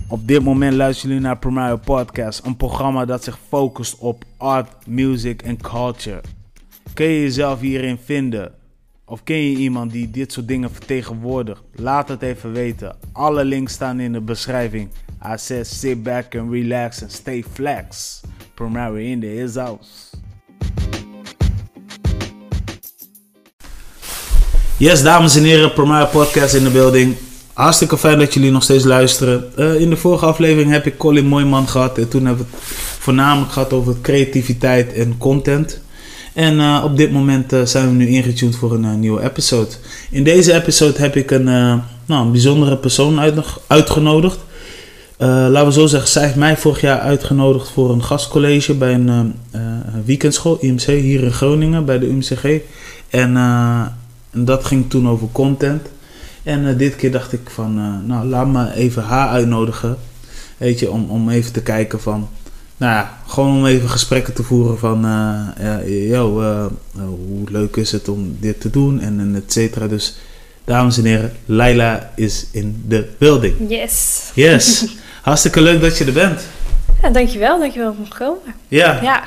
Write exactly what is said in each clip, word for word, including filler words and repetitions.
Op dit moment luisteren jullie naar Primario Podcast, een programma dat zich focust op art, music en culture. Kun je jezelf hierin vinden? Of ken je iemand die dit soort dingen vertegenwoordigt? Laat het even weten. Alle links staan in de beschrijving. I said sit back and relax and stay flex. Primario in the his house. Yes, dames en heren, Primario Podcast in de building. Hartstikke fijn dat jullie nog steeds luisteren. Uh, in de vorige aflevering heb ik Colin Mooijman gehad. En toen hebben we het voornamelijk gehad over creativiteit en content. En uh, op dit moment uh, zijn we nu ingetuned voor een uh, nieuwe episode. In deze episode heb ik een, uh, nou, een bijzondere persoon uit, uitgenodigd. Uh, laten we zo zeggen, zij heeft mij vorig jaar uitgenodigd voor een gastcollege bij een uh, uh, weekendschool, I M C, hier in Groningen, bij de U M C G. En, uh, en dat ging toen over content. En uh, dit keer dacht ik van, uh, nou laat me even haar uitnodigen. Weet je, om, om even te kijken van, nou ja, gewoon om even gesprekken te voeren van, uh, ja, yo, uh, uh, hoe leuk is het om dit te doen en, en et cetera. Dus, dames en heren, Laila is in de building. Yes. Yes. Hartstikke leuk dat je er bent. Ja, dankjewel, dankjewel voor het komen. Ja. Ja.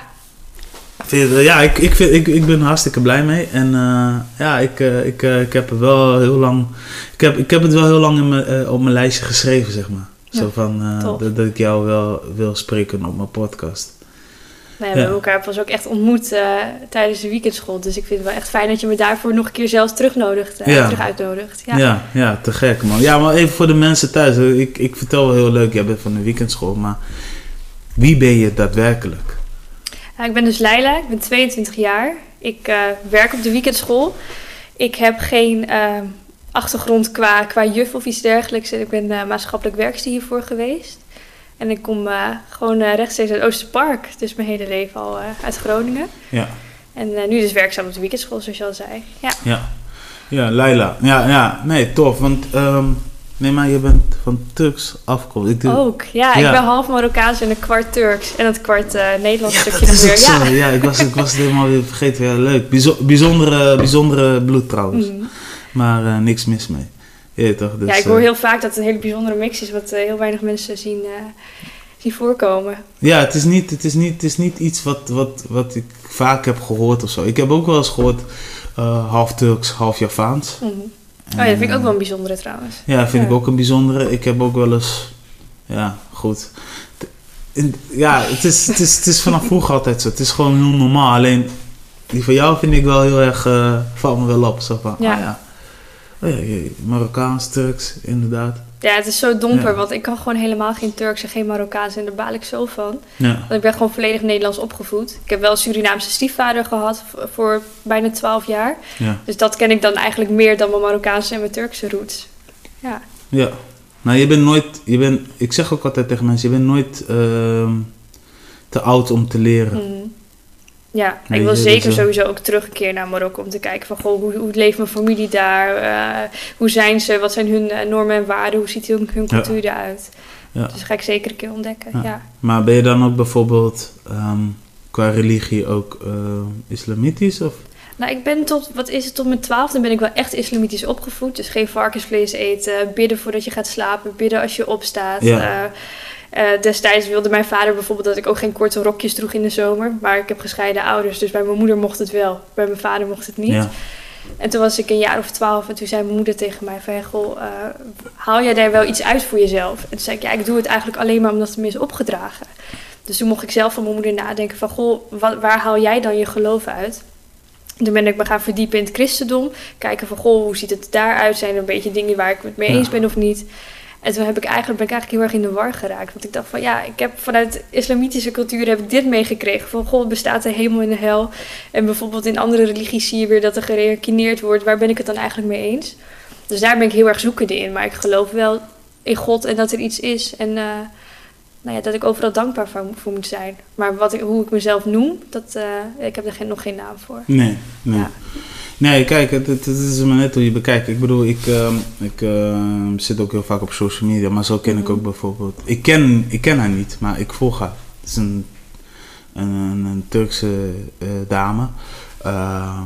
Vind, ja, ik, ik, vind, ik, ik ben er hartstikke blij mee. En uh, ja, ik, uh, ik, uh, ik heb er wel heel lang. Ik heb, ik heb het wel heel lang in mijn, uh, op mijn lijstje geschreven, zeg maar. Ja, zo van uh, dat, dat ik jou wel wil spreken op mijn podcast. Nou ja, we ja. hebben elkaar pas ook echt ontmoet uh, tijdens de weekendschool. Dus ik vind het wel echt fijn dat je me daarvoor nog een keer zelfs terugnodigt, uh, ja. terug uitnodigt. Ja. Ja, ja, te gek man. Ja, maar even voor de mensen thuis. Ik, ik vertel wel heel leuk, jij bent van de weekendschool. Maar wie ben je daadwerkelijk? Ja, ik ben dus Laila, ik ben tweeëntwintig jaar. Ik uh, werk op de weekendschool. Ik heb geen uh, achtergrond qua, qua juf of iets dergelijks. Ik ben uh, maatschappelijk werkster hiervoor geweest. En ik kom uh, gewoon uh, rechtstreeks uit Oosterpark. Dus mijn hele leven al uh, uit Groningen. Ja. En uh, nu dus werkzaam op de weekendschool, zoals je al zei. Ja, ja. ja Laila. Ja, ja, nee, tof. Want um, nee, maar je bent van Turks afkomstig. Ik doe... Ook, ja, ja. Ik ben half Marokkaans en een kwart Turks. En het kwart uh, Nederlands ja, stukje nog weer. Ja, ja ik, was, ik was het helemaal weer vergeten. Ja, leuk. Bijzondere, bijzondere bloed trouwens. Mm. Maar uh, niks mis mee. Ja, toch, dus, ja, ik hoor heel vaak dat het een hele bijzondere mix is, wat uh, heel weinig mensen zien, uh, zien voorkomen. Ja, het is niet, het is niet, het is niet iets wat, wat, wat ik vaak heb gehoord of zo. Ik heb ook wel eens gehoord uh, half Turks, half Javaans. Mm-hmm. En, oh ja, dat vind ik ook wel een bijzondere trouwens. Ja, vind ja. ik ook een bijzondere. Ik heb ook wel eens, ja, goed. In, ja, het is, het, is, het is vanaf vroeger altijd zo. Het is gewoon heel normaal. Alleen, die van jou vind ik wel heel erg, uh, valt me wel op. Zo van, ja. Ah, ja. Oh ja, Marokkaans, Turks, inderdaad. Ja, het is zo domper, ja. want ik kan gewoon helemaal geen Turks en geen Marokkaans en daar baal ik zo van. Ja. Want ik ben gewoon volledig Nederlands opgevoed. Ik heb wel een Surinaamse stiefvader gehad voor, voor bijna twaalf jaar. Ja. Dus dat ken ik dan eigenlijk meer dan mijn Marokkaanse en mijn Turkse roots. Ja. Ja. Nou, je bent nooit, je bent, ik zeg ook altijd tegen mensen, je bent nooit uh, te oud om te leren. Mm. Ja, nee, ik wil zeker sowieso ook terug een keer naar Marokko om te kijken van goh, hoe, hoe leeft mijn familie daar? Uh, hoe zijn ze? Wat zijn hun uh, normen en waarden? Hoe ziet hun, hun cultuur ja. eruit? Ja. Dus dat ga ik zeker een keer ontdekken. Ja. Ja. Maar ben je dan ook bijvoorbeeld um, qua religie ook uh, islamitisch? Of? Nou, ik ben tot, wat is het, tot mijn twaalfde ben ik wel echt islamitisch opgevoed. Dus geen varkensvlees eten, bidden voordat je gaat slapen, bidden als je opstaat. Ja. Uh, Uh, destijds wilde mijn vader bijvoorbeeld dat ik ook geen korte rokjes droeg in de zomer. Maar ik heb gescheiden ouders, dus bij mijn moeder mocht het wel. Bij mijn vader mocht het niet. Ja. En toen was ik een jaar of twaalf en toen zei mijn moeder tegen mij van... Goh, uh, haal jij daar wel iets uit voor jezelf? En toen zei ik, ja, ik doe het eigenlijk alleen maar omdat het me is opgedragen. Dus toen mocht ik zelf van mijn moeder nadenken van... Goh, wat, waar haal jij dan je geloof uit? En toen ben ik me gaan verdiepen in het christendom. Kijken van, goh, hoe ziet het daaruit? Zijn er een beetje dingen waar ik het mee eens ben of niet? En toen heb ik eigenlijk, ben ik eigenlijk heel erg in de war geraakt. Want ik dacht van ja, ik heb vanuit de islamitische cultuur heb ik dit meegekregen. Van god, bestaat de hemel en de hel. En bijvoorbeeld in andere religies zie je weer dat er gereïncarneerd wordt. Waar ben ik het dan eigenlijk mee eens? Dus daar ben ik heel erg zoekende in. Maar ik geloof wel in God en dat er iets is. En uh, nou ja, dat ik overal dankbaar voor, voor moet zijn. Maar wat ik, hoe ik mezelf noem, dat, uh, ik heb er geen, nog geen naam voor. Nee, nee. Ja. Nee, kijk, het, het, het is maar net hoe je bekijkt. Ik bedoel, ik, uh, ik uh, zit ook heel vaak op social media, maar zo ken mm-hmm. ik ook bijvoorbeeld... Ik ken, ik ken haar niet, maar ik volg haar. Het is een, een, een Turkse uh, dame. Uh,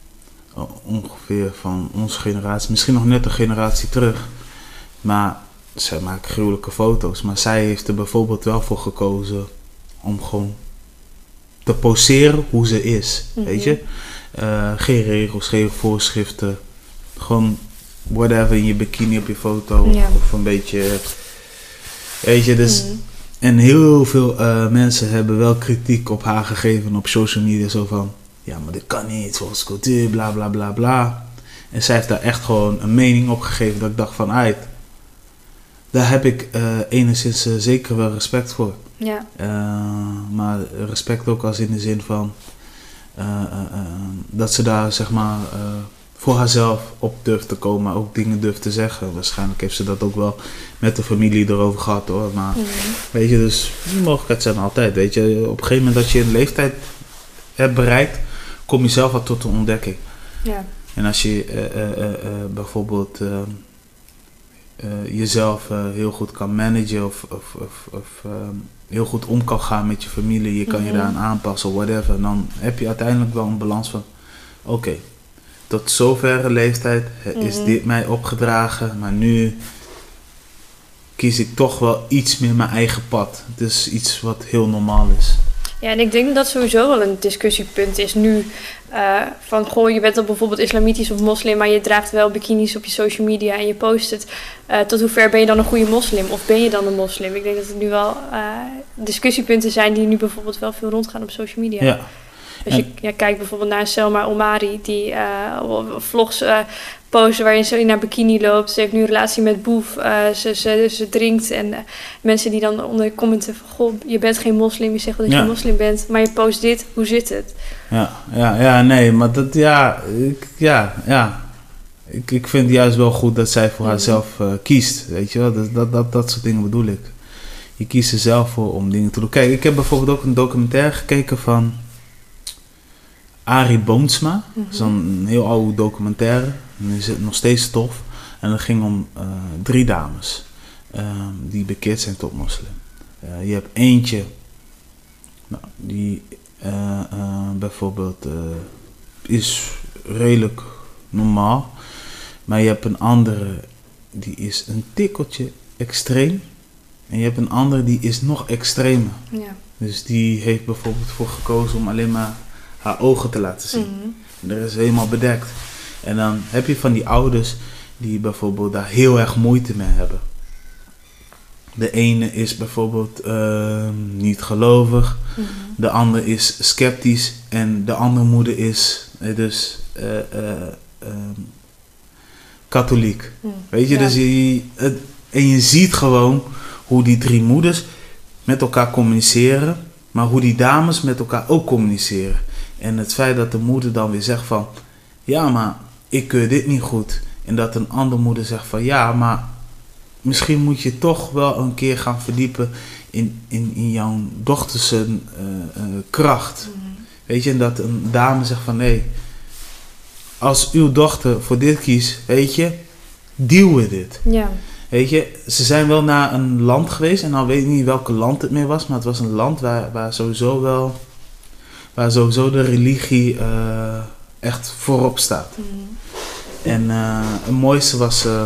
ongeveer van onze generatie, misschien nog net een generatie terug. Maar zij maakt gruwelijke foto's. Maar zij heeft er bijvoorbeeld wel voor gekozen om gewoon te poseren hoe ze is. Mm-hmm. Weet je? Uh, geen regels, geen voorschriften. Gewoon whatever in je bikini op je foto. Ja. Of een beetje... Weet je, dus... Mm. En heel veel uh, mensen hebben wel kritiek op haar gegeven op social media. Zo van, ja, maar dit kan niet, volgens cultuur, bla bla bla bla. En zij heeft daar echt gewoon een mening op gegeven dat ik dacht van, uit. Daar heb ik uh, enigszins uh, zeker wel respect voor. Ja. Uh, maar respect ook als in de zin van, uh, uh, uh, dat ze daar zeg maar... Uh, voor haarzelf op durft te komen, maar ook dingen durft te zeggen. Waarschijnlijk heeft ze dat ook wel met de familie erover gehad hoor. Maar mm. weet je, dus die mogelijkheid zijn altijd. Weet je, op een gegeven moment dat je een leeftijd hebt bereikt, kom je zelf wat tot een ontdekking. Ja. En als je uh, uh, uh, uh, bijvoorbeeld uh, uh, jezelf uh, heel goed kan managen of, of, of, of uh, heel goed om kan gaan met je familie, je kan mm. je daaraan aanpassen, whatever. En dan heb je uiteindelijk wel een balans van, oké. Okay, tot zoverre leeftijd is mm-hmm. dit mij opgedragen, maar nu kies ik toch wel iets meer mijn eigen pad. Het is iets wat heel normaal is. Ja, en ik denk dat sowieso wel een discussiepunt is nu. Uh, van, goh, je bent dan bijvoorbeeld islamitisch of moslim, maar je draagt wel bikinis op je social media en je post het. Uh, tot hoever ben je dan een goede moslim? Of ben je dan een moslim? Ik denk dat het nu wel uh, discussiepunten zijn die nu bijvoorbeeld wel veel rondgaan op social media. Ja. Als je ja, kijkt bijvoorbeeld naar Selma Omari, die uh, vlogs uh, posten waarin ze in haar bikini loopt. Ze heeft nu een relatie met Boef, uh, ze, ze, ze drinkt. En uh, mensen die dan onder commenten van, goh, je bent geen moslim, je zegt wel dat ja. je moslim bent, maar je post dit, hoe zit het? Ja, ja, ja nee, maar dat, ja, ik, ja, ja. Ik, ik vind het juist wel goed dat zij voor mm. haarzelf uh, kiest, weet je wel. Dat, dat, dat, dat soort dingen bedoel ik. Je kiest er zelf voor om dingen te doen. Kijk, ik heb bijvoorbeeld ook een documentaire gekeken van Arie Boomsma. Mm-hmm. Dat is een heel oude documentaire. En die zit nog steeds tof. En dat ging om uh, drie dames. Uh, die bekeerd zijn tot moslim. Uh, je hebt eentje. Nou, die uh, uh, bijvoorbeeld uh, is redelijk normaal. Maar je hebt een andere. Die is een tikkeltje extreem. En je hebt een andere die is nog extremer. Ja. Dus die heeft bijvoorbeeld voor gekozen om alleen maar haar ogen te laten zien. Mm-hmm. En dat is helemaal bedekt. En dan heb je van die ouders die bijvoorbeeld daar heel erg moeite mee hebben. De ene is bijvoorbeeld uh, niet gelovig. Mm-hmm. De andere is sceptisch. En de andere moeder is uh, dus uh, uh, uh, katholiek. Mm, Weet je, ja. dus je, het, en je ziet gewoon hoe die drie moeders met elkaar communiceren. Maar hoe die dames met elkaar ook communiceren. En het feit dat de moeder dan weer zegt van, ja, maar ik keur dit niet goed. En dat een andere moeder zegt van, ja, maar misschien moet je toch wel een keer gaan verdiepen in, in, in jouw dochters uh, uh, kracht. Mm-hmm. Weet je, en dat een dame zegt van, nee, als uw dochter voor dit kiest, weet je, deal with it. Ja. Weet je, ze zijn wel naar een land geweest en dan weet ik niet welke land het meer was, maar het was een land waar, waar sowieso wel, waar sowieso de religie uh, echt voorop staat. Mm. En uh, het mooiste was, uh,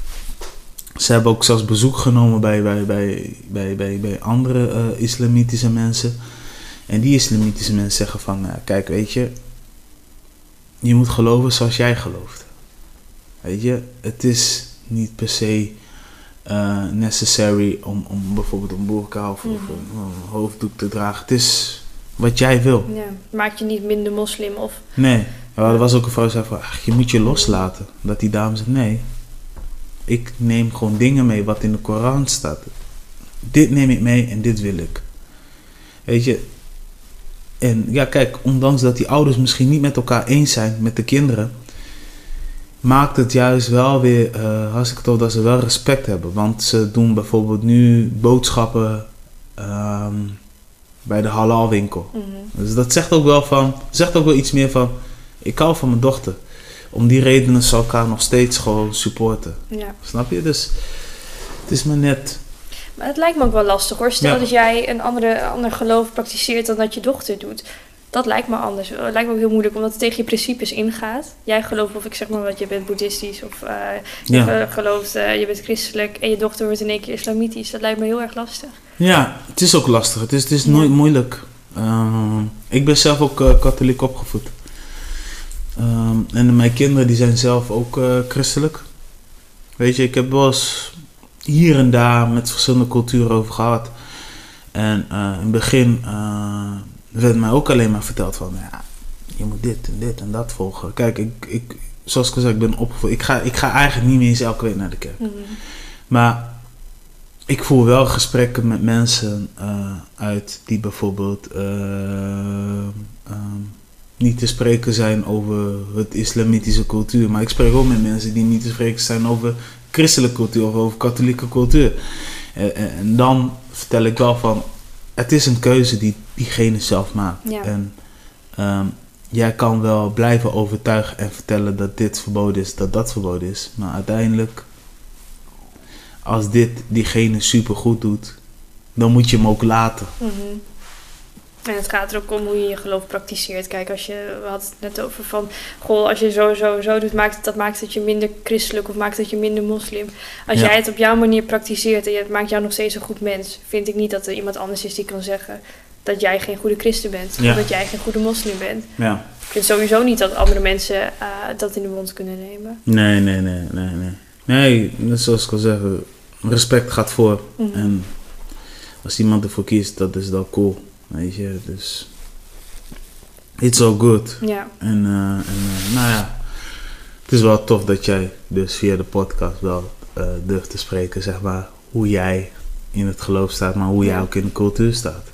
ze hebben ook zelfs bezoek genomen bij, bij, bij, bij, bij, bij andere uh, islamitische mensen. En die islamitische mensen zeggen van, uh, kijk, weet je, je moet geloven zoals jij gelooft. Weet je, het is niet per se uh, necessary om, om bijvoorbeeld een burka of, mm-hmm. of een, een hoofddoek te dragen. Het is wat jij wil. Ja, maak je niet minder moslim of... Nee, ja, er was ook een vrouw die zei van, ach, je moet je loslaten. Dat die dame zegt, nee, ik neem gewoon dingen mee wat in de Koran staat. Dit neem ik mee en dit wil ik. Weet je, en ja, kijk, ondanks dat die ouders misschien niet met elkaar eens zijn met de kinderen, maakt het juist wel weer uh, hartstikke tof dat ze wel respect hebben. Want ze doen bijvoorbeeld nu boodschappen um, bij de halalwinkel. Mm-hmm. Dus dat zegt ook wel van, zegt ook wel iets meer van, ik hou van mijn dochter. Om die redenen zal ik haar nog steeds gewoon supporten. Ja. Snap je? Dus het is maar net. Maar het lijkt me ook wel lastig hoor. Stel ja. dat jij een andere, ander geloof praktiseert dan dat je dochter doet. Dat lijkt me anders. Het lijkt me ook heel moeilijk, omdat het tegen je principes ingaat. Jij gelooft, of ik zeg maar wat, je bent boeddhistisch, of uh, ja. je gelooft, uh, je bent christelijk en je dochter wordt in één keer islamitisch. Dat lijkt me heel erg lastig. Ja, het is ook lastig. Het is, het is ja. nooit moeilijk. Uh, ik ben zelf ook uh, katholiek opgevoed. Um, en mijn kinderen die zijn zelf ook uh, christelijk. Weet je, ik heb wel eens hier en daar met verschillende culturen over gehad. En uh, in het begin uh, werd mij ook alleen maar verteld van, ja, je moet dit en dit en dat volgen. Kijk, ik, ik, zoals ik al zei, ik ben opgevoed. Ik ga, ik ga eigenlijk niet meer eens elke week naar de kerk. Mm-hmm. Maar ik voer wel gesprekken met mensen uh, uit die bijvoorbeeld uh, um, niet te spreken zijn over het islamitische cultuur. Maar ik spreek ook met mensen die niet te spreken zijn over christelijke cultuur of over katholieke cultuur. En, en dan vertel ik wel van, het is een keuze die diegene zelf maakt. Ja. En um, jij kan wel blijven overtuigen en vertellen dat dit verboden is, dat dat verboden is. Maar uiteindelijk, als dit diegene supergoed doet, dan moet je hem ook laten. Mm-hmm. En het gaat er ook om hoe je je geloof praktiseert. Kijk, als je, we hadden het net over van, goh, als je zo, zo, zo doet, maakt het, dat maakt het je minder christelijk of maakt het je minder moslim. Als ja. jij het op jouw manier praktiseert en het maakt jou nog steeds een goed mens, vind ik niet dat er iemand anders is die kan zeggen dat jij geen goede christen bent. Ja. Of dat jij geen goede moslim bent. Ja. Ik vind sowieso niet dat andere mensen uh, dat in de mond kunnen nemen. Nee, nee, nee, nee, nee. Nee, net zoals ik al zeg, respect gaat voor. Mm-hmm. En als iemand ervoor kiest, dat is dan cool. Weet je, dus it's all good. Ja. En, uh, en uh, nou ja, het is wel tof dat jij dus via de podcast wel uh, durft te spreken, zeg maar, hoe jij in het geloof staat, maar hoe jij ja. ook in de cultuur staat.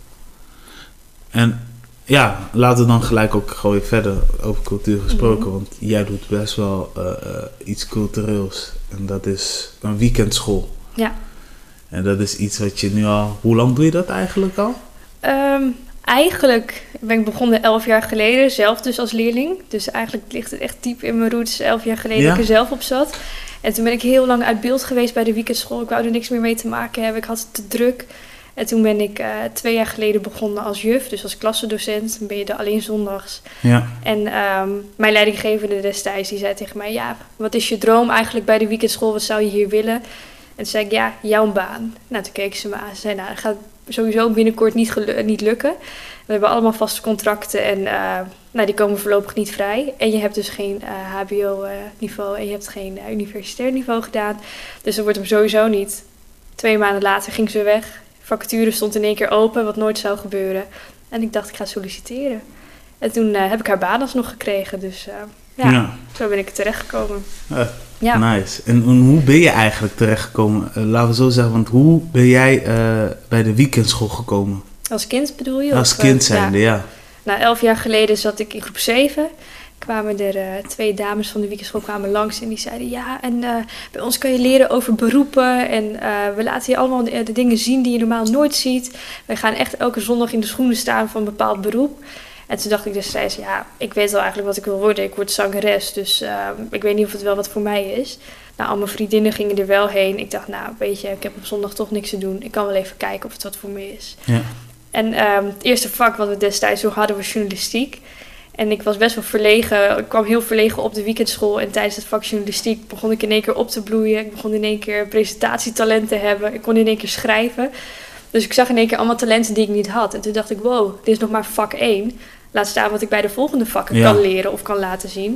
En ja, laten we dan gelijk ook gewoon weer verder over cultuur gesproken, mm-hmm. want jij doet best wel uh, uh, iets cultureels en dat is een weekendschool. Ja. En dat is iets wat je nu al, hoe lang doe je dat eigenlijk al? Um, eigenlijk ben ik begonnen elf jaar geleden, zelf dus als leerling. Dus eigenlijk ligt het echt diep in mijn roots, elf jaar geleden ja. dat ik er zelf op zat. En toen ben ik heel lang uit beeld geweest bij de weekendschool. Ik wou er niks meer mee te maken hebben, ik had het te druk. En toen ben ik uh, twee jaar geleden begonnen als juf, dus als klassendocent. Dan ben je er alleen zondags. Ja. En um, mijn leidinggevende destijds, die zei tegen mij, ja, wat is je droom eigenlijk bij de weekendschool? Wat zou je hier willen? En toen zei ik, ja, jouw baan. Nou, toen keek ze me aan. Ze zei, nou, dat gaat sowieso binnenkort niet, gelu- niet lukken. We hebben allemaal vaste contracten en uh, nou, die komen voorlopig niet vrij. En je hebt dus geen uh, H B O-niveau en je hebt geen uh, universitair niveau gedaan. Dus dat wordt hem sowieso niet. Twee maanden later ging ze weg. Vacature stond in één keer open, wat nooit zou gebeuren. En ik dacht, ik ga solliciteren. En toen uh, heb ik haar baan alsnog gekregen. Dus uh, ja, ja, zo ben ik er terechtgekomen. Uh, ja. Nice. En, en hoe ben je eigenlijk terechtgekomen? Uh, laten we zo zeggen, want hoe ben jij uh, bij de weekendschool gekomen? Als kind bedoel je? Als of, kind zijnde, ja. ja. Nou, elf jaar geleden zat ik in groep zeven. Kwamen er uh, twee dames van de weekendschool kwamen langs en die zeiden, ja, en uh, bij ons kan je leren over beroepen en uh, we laten je allemaal de, de dingen zien die je normaal nooit ziet. Wij gaan echt elke zondag in de schoenen staan van een bepaald beroep. En toen dacht ik destijds, ja, ik weet wel eigenlijk wat ik wil worden. Ik word zangeres, dus uh, ik weet niet of het wel wat voor mij is. Nou, al mijn vriendinnen gingen er wel heen. Ik dacht, nou, weet je, ik heb op zondag toch niks te doen. Ik kan wel even kijken of het wat voor me is. Ja. En um, het eerste vak wat we destijds zo hadden was journalistiek. En ik was best wel verlegen. Ik kwam heel verlegen op de weekendschool. En tijdens het vak journalistiek begon ik in één keer op te bloeien. Ik begon in één keer presentatietalent te hebben. Ik kon in één keer schrijven. Dus ik zag in één keer allemaal talenten die ik niet had. En toen dacht ik, wow, dit is nog maar vak één. Laat staan wat ik bij de volgende vakken ja. kan leren of kan laten zien.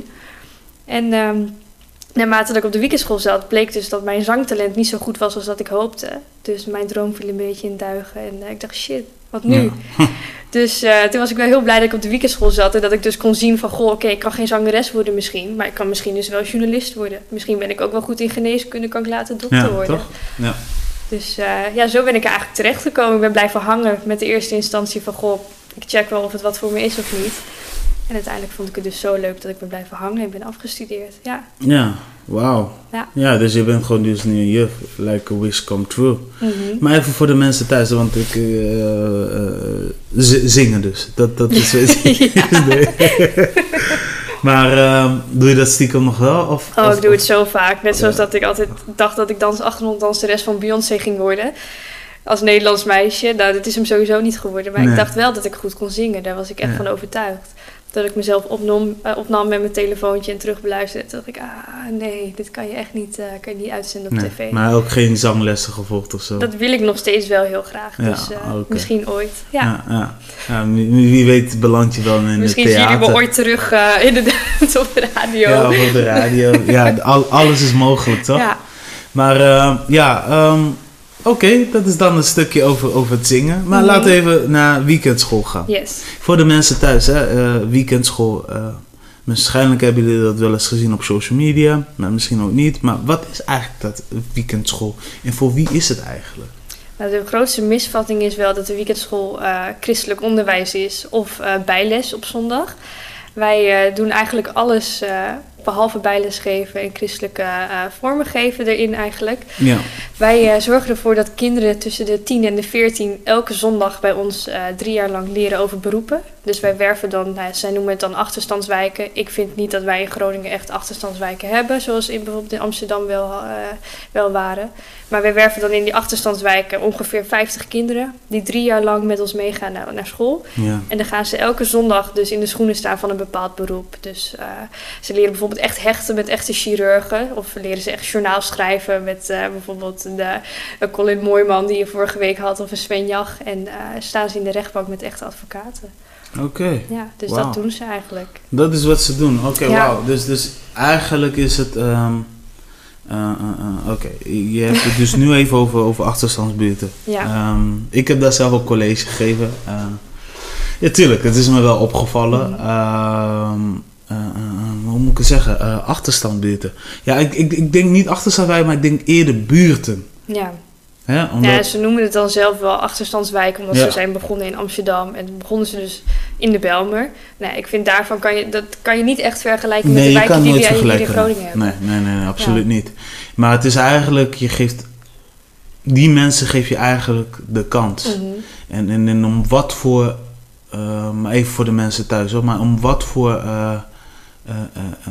En um, naarmate dat ik op de weekendschool zat, bleek dus dat mijn zangtalent niet zo goed was als dat ik hoopte. Dus mijn droom viel een beetje in duigen. En uh, ik dacht, shit, wat nu? Ja. Dus uh, toen was ik wel heel blij dat ik op de weekendschool zat. En dat ik dus kon zien van, goh, oké, okay, ik kan geen zangeres worden misschien. Maar ik kan misschien dus wel journalist worden. Misschien ben ik ook wel goed in geneeskunde, kan ik later dokter ja, worden. Toch? Ja. Dus uh, ja, zo ben ik er eigenlijk terechtgekomen. Ik ben blijven hangen met de eerste instantie van, goh, ik check wel of het wat voor me is of niet. En uiteindelijk vond ik het dus zo leuk dat ik ben blijven hangen en ben afgestudeerd. Ja, ja, wauw. Ja. ja, dus je bent gewoon dus nu een juf, like a wish come true. Mm-hmm. Maar even voor de mensen thuis, want ik uh, uh, z- zingen dus. Dat, dat is nee. Maar uh, doe je dat stiekem nog wel? Of, oh, of, ik doe of? het zo vaak. Net zoals ja. dat ik altijd dacht dat ik dans achtergronddanseres van Beyoncé ging worden. als Nederlands meisje. Nou, dat is hem sowieso niet geworden. Maar nee. ik dacht wel dat ik goed kon zingen. Daar was ik echt ja. van overtuigd. Dat ik mezelf opnam, uh, opnam met mijn telefoontje en terugbeluisterde. Toen dacht ik, ah nee, dit kan je echt niet, uh, kan je niet uitzenden op nee, tv. Maar ook geen zanglessen gevolgd of zo? Dat wil ik nog steeds wel heel graag. Ja, dus uh, okay. misschien ooit. Ja. Ja, ja. Ja, wie weet beland je wel in misschien het theater. Misschien zien jullie me ooit terug uh, inderdaad op de radio. Ja, op de radio. Ja, al, alles is mogelijk, toch? Ja. Maar uh, ja, um, oké, okay, dat is dan een stukje over, over het zingen. Maar mm-hmm. laten we even naar weekendschool gaan. Yes. Voor de mensen thuis, hè, uh, weekendschool. Uh, waarschijnlijk hebben jullie dat wel eens gezien op social media. Maar misschien ook niet. Maar wat is eigenlijk dat weekendschool? En voor wie is het eigenlijk? Nou, de grootste misvatting is wel dat de weekendschool uh, christelijk onderwijs is. Of uh, bijles op zondag. Wij uh, doen eigenlijk alles... Uh, behalve bijles geven en christelijke uh, vormen geven erin eigenlijk. Ja. Wij uh, zorgen ervoor dat kinderen tussen de tien en de veertien elke zondag bij ons uh, drie jaar lang leren over beroepen. Dus wij werven dan, nou, zij noemen het dan achterstandswijken. Ik vind niet dat wij in Groningen echt achterstandswijken hebben, zoals in, bijvoorbeeld in Amsterdam wel, uh, wel waren. Maar wij werven dan in die achterstandswijken ongeveer vijftig kinderen die drie jaar lang met ons meegaan naar, naar school. Ja. En dan gaan ze elke zondag dus in de schoenen staan van een bepaald beroep. Dus uh, ze leren bijvoorbeeld echt hechten met echte chirurgen. Of leren ze echt journaal schrijven met uh, bijvoorbeeld de, de Colin Mooijman die je vorige week had. Of een Sven Jach. En uh, staan ze in de rechtbank met echte advocaten. Oké. Okay. Ja, dus wow. dat doen ze eigenlijk. Dat is wat ze doen. Oké, okay, ja. wauw. Dus, dus eigenlijk is het... Um, uh, uh, uh, Oké, okay. Je hebt het dus nu even over, over achterstandsbuurten. Ja. Um, ik heb daar zelf ook college gegeven. Uh, ja, tuurlijk. Het is me wel opgevallen. Mm. Um, Uh, uh, hoe moet ik het zeggen? Uh, achterstandbuurten. Ja, ik, ik, ik denk niet achterstandwijken, maar ik denk eerder buurten. Ja. Ja, omdat... ja, ze noemen het dan zelf wel achterstandswijken, omdat ja. ze zijn begonnen in Amsterdam. En begonnen ze dus in de Bijlmer. Nou, ik vind daarvan kan je, dat kan je niet echt vergelijken nee, met de wijken die we hier in Groningen hebben. Nee, nee, nee, nee absoluut ja. niet. Maar het is eigenlijk, je geeft, die mensen geef je eigenlijk de kans. Mm-hmm. En, en, en om wat voor, uh, maar even voor de mensen thuis hoor, maar om wat voor... Uh, Uh, uh, uh,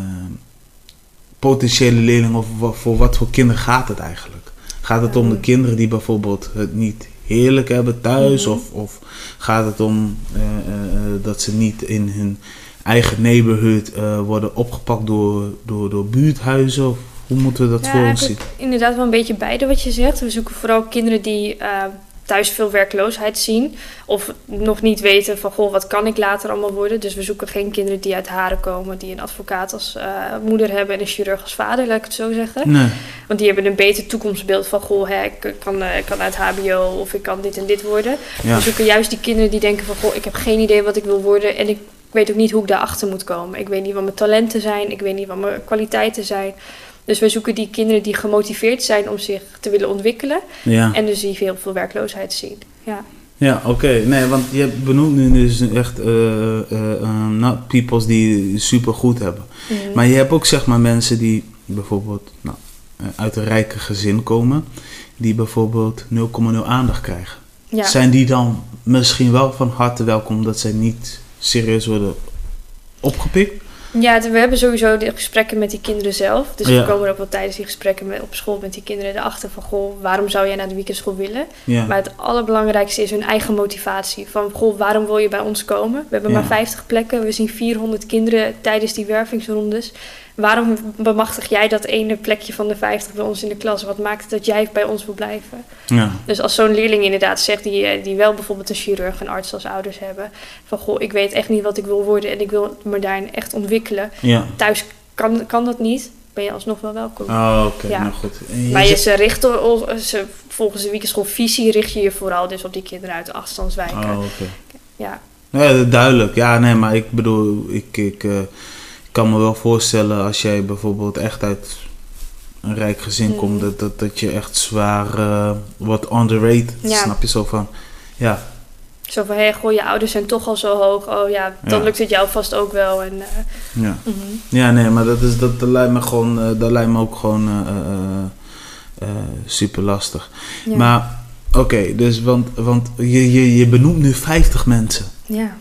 potentiële leerlingen of w- voor wat voor kinderen gaat het eigenlijk? Gaat het om de kinderen die bijvoorbeeld het niet heerlijk hebben thuis? Mm-hmm. Of, of gaat het om uh, uh, dat ze niet in hun eigen neighborhood uh, worden opgepakt door, door, door buurthuizen? Of hoe moeten we dat ja, voor ons zien? Inderdaad wel een beetje beide wat je zegt. We zoeken vooral kinderen die... Uh, thuis veel werkloosheid zien. Of nog niet weten van, goh, wat kan ik later allemaal worden? Dus we zoeken geen kinderen die uit Haren komen, die een advocaat als uh, moeder hebben en een chirurg als vader, laat ik het zo zeggen. Nee. Want die hebben een beter toekomstbeeld van, goh, hè, ik kan, uh, ik kan uit H B O of ik kan dit en dit worden. Ja. We zoeken juist die kinderen die denken van, goh, ik heb geen idee wat ik wil worden en ik weet ook niet hoe ik daarachter moet komen. Ik weet niet wat mijn talenten zijn, ik weet niet wat mijn kwaliteiten zijn. Dus we zoeken die kinderen die gemotiveerd zijn om zich te willen ontwikkelen. Ja. En dus die veel, veel werkloosheid zien. Ja, ja oké. Okay. Nee, want je benoemt nu dus echt uh, uh, uh, not peoples die super goed hebben. Mm-hmm. Maar je hebt ook zeg maar mensen die bijvoorbeeld nou, uit een rijke gezin komen. Die bijvoorbeeld nul komma nul aandacht krijgen. Ja. Zijn die dan misschien wel van harte welkom dat zij niet serieus worden opgepikt? Ja, we hebben sowieso de gesprekken met die kinderen zelf. Dus ja. we komen ook wel tijdens die gesprekken met, op school met die kinderen erachter van... goh, waarom zou jij naar de weekendschool willen? Ja. Maar het allerbelangrijkste is hun eigen motivatie. Van, goh, waarom wil je bij ons komen? We hebben ja. maar vijftig plekken. We zien vierhonderd kinderen tijdens die wervingsrondes. Waarom bemachtig jij dat ene plekje van de vijftig bij ons in de klas? Wat maakt het dat jij bij ons wil blijven? Ja. Dus als zo'n leerling inderdaad zegt, die, die wel bijvoorbeeld een chirurg en arts als ouders hebben... van, goh, ik weet echt niet wat ik wil worden en ik wil me daarin echt ontwikkelen. Ja. Thuis kan, kan dat niet, ben je alsnog wel welkom. Oh, oké, okay. ja. nou goed. Je maar je, ze richten, ze, volgens de weekendschoolvisie richt je je vooral dus op die kinderen uit de achterstandswijken. Oh, oké. Okay. Ja. Ja, duidelijk. Ja, nee, maar ik bedoel, ik... ik uh, Ik kan me wel voorstellen als jij bijvoorbeeld echt uit een rijk gezin mm. komt, dat, dat, dat je echt zwaar uh, wordt underrated, ja. snap je zo van, ja. Zo van, hé, hey, goh, je ouders zijn toch al zo hoog, oh ja, dan ja. lukt het jou vast ook wel. En, uh, ja. Mm-hmm. ja, nee, maar dat, is, dat, dat lijkt me gewoon, uh, dat lijkt me ook gewoon uh, uh, uh, super lastig. Ja. Maar, oké, okay, dus, want, want je, je, je benoemt nu vijftig mensen. Ja.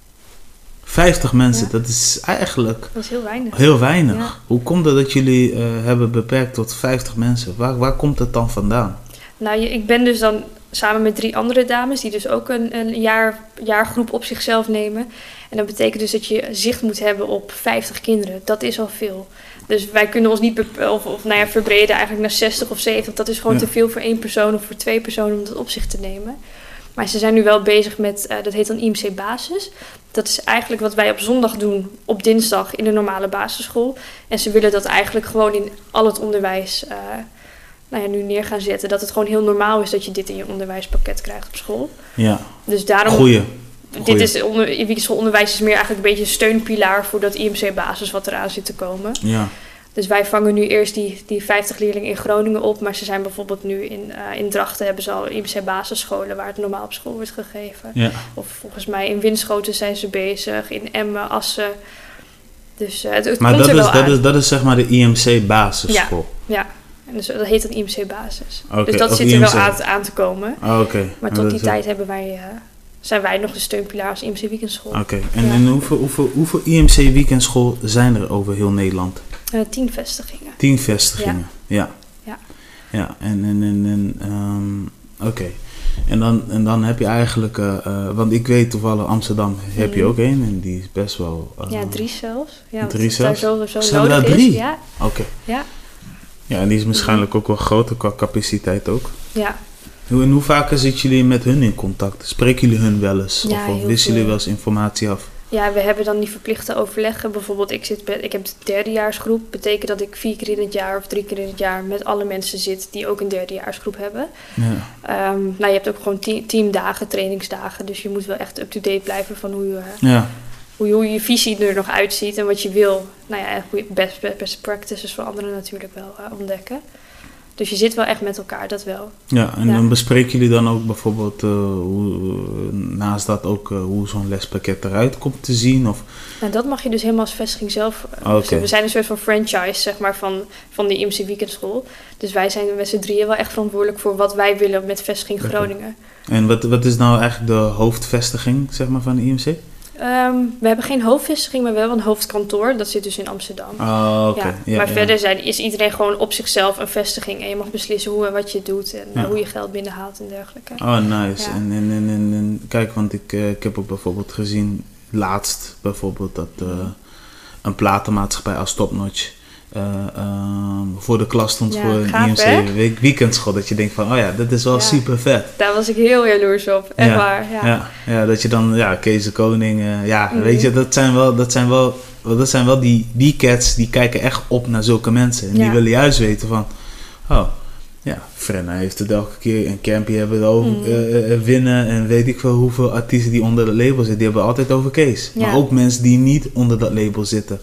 vijftig mensen, ja. dat is eigenlijk... Dat is heel weinig. Heel weinig. Ja. Hoe komt het dat jullie uh, hebben beperkt tot vijftig mensen? Waar, waar komt het dan vandaan? Nou, ik ben dus dan samen met drie andere dames die dus ook een, een jaar, jaargroep op zichzelf nemen. En dat betekent dus dat je zicht moet hebben op vijftig kinderen. Dat is al veel. Dus wij kunnen ons niet be- of, of, nou ja, verbreden eigenlijk naar zestig of zeventig. Dat is gewoon ja. te veel voor één persoon of voor twee personen om dat op zich te nemen. Maar ze zijn nu wel bezig met, uh, dat heet dan I M C Basis. Dat is eigenlijk wat wij op zondag doen, op dinsdag in de normale basisschool. En ze willen dat eigenlijk gewoon in al het onderwijs uh, nou ja, nu neer gaan zetten. Dat het gewoon heel normaal is dat je dit in je onderwijspakket krijgt op school. Ja, dus daarom, goeie. Dit is onder, in weekenschoolonderwijs is meer eigenlijk een beetje een steunpilaar voor dat I M C Basis wat eraan zit te komen. Ja. Dus wij vangen nu eerst die, die vijftig leerlingen in Groningen op. Maar ze zijn bijvoorbeeld nu in, uh, in Drachten hebben ze al I M C basisscholen waar het normaal op school wordt gegeven. Ja. Of volgens mij in Winschoten zijn ze bezig, in Emmen, Assen. Dus uh, het, het maar komt dat er wel is, dat aan. is dat is zeg maar de I M C basisschool. Ja, ja. En dus, dat heet dan I M C basis. Okay, dus dat zit er wel aan, aan te komen. Oh, okay. Maar tot die tijd hebben wij... Uh, zijn wij nog de steunpilaar als I M C weekendschool. Oké, okay. en, ja. en hoeveel, hoeveel, hoeveel I M C weekendschool zijn er over heel Nederland? Uh, tien vestigingen. Tien vestigingen, ja. Ja. Ja, ja en, en, en, en um, oké. Okay. En, dan, en dan heb je eigenlijk, uh, uh, want ik weet toevallig Amsterdam heb mm. je ook een en die is best wel... Uh, ja, drie zelfs. Ja, drie zelfs? Daar zo, zo zijn er daar drie? Ja. Oké. Okay. Ja. Ja, en die is waarschijnlijk mm. ook wel groter qua capaciteit ook. Ja. Hoe, en hoe vaak zitten jullie met hun in contact? Spreken jullie hun wel eens? Ja, of of wisselen jullie wel eens informatie af? Ja, we hebben dan die verplichte overleggen. Bijvoorbeeld, ik, zit bij, ik heb de derdejaarsgroep. Betekent dat ik vier keer in het jaar of drie keer in het jaar met alle mensen zit die ook een derdejaarsgroep hebben. Ja. Um, nou, je hebt ook gewoon te- teamdagen, trainingsdagen. Dus je moet wel echt up-to-date blijven van hoe je, ja. hoe, hoe je visie er nog uitziet en wat je wil. Nou ja, goede best, best practices voor anderen natuurlijk wel uh, ontdekken. Dus je zit wel echt met elkaar, dat wel. Ja, en ja. dan bespreken jullie dan ook bijvoorbeeld, uh, hoe, uh, naast dat ook, uh, hoe zo'n lespakket eruit komt te zien? Of? Nou, dat mag je dus helemaal als vestiging zelf. Uh, okay. dus we zijn een soort van franchise, zeg maar, van, van die I M C weekendschool. Dus wij zijn met z'n drieën wel echt verantwoordelijk voor wat wij willen met vestiging Groningen. Okay. En wat, wat is nou eigenlijk de hoofdvestiging, zeg maar, van de I M C? Um, we hebben geen hoofdvestiging, maar wel een hoofdkantoor. Dat zit dus in Amsterdam. Oh, okay. ja. Ja, maar ja. verder zijn, is iedereen gewoon op zichzelf een vestiging. En je mag beslissen hoe en wat je doet. En ja. hoe je geld binnenhaalt en dergelijke. Oh, nice. Ja. En, en, en, en, en kijk, want ik, uh, ik heb ook bijvoorbeeld gezien, laatst bijvoorbeeld, dat uh, een platenmaatschappij als Topnotch uh, um, voor de klas stond ja, voor een gaaf, I M C week, weekendschool. Dat je denkt van, oh ja, dat is wel ja. super vet. Daar was ik heel jaloers op, echt ja. waar. Ja. Ja. Ja, dat je dan, ja, Kees de Koning, uh, ja, mm. weet je, dat zijn wel, dat zijn wel, dat zijn wel die, die cats die kijken echt op naar zulke mensen. En ja. die willen juist weten van, oh, ja, Frenna heeft het elke keer en Campy hebben het over mm. uh, uh, winnen en weet ik veel hoeveel artiesten die onder dat label zitten, die hebben altijd over Kees. Ja. Maar ook mensen die niet onder dat label zitten,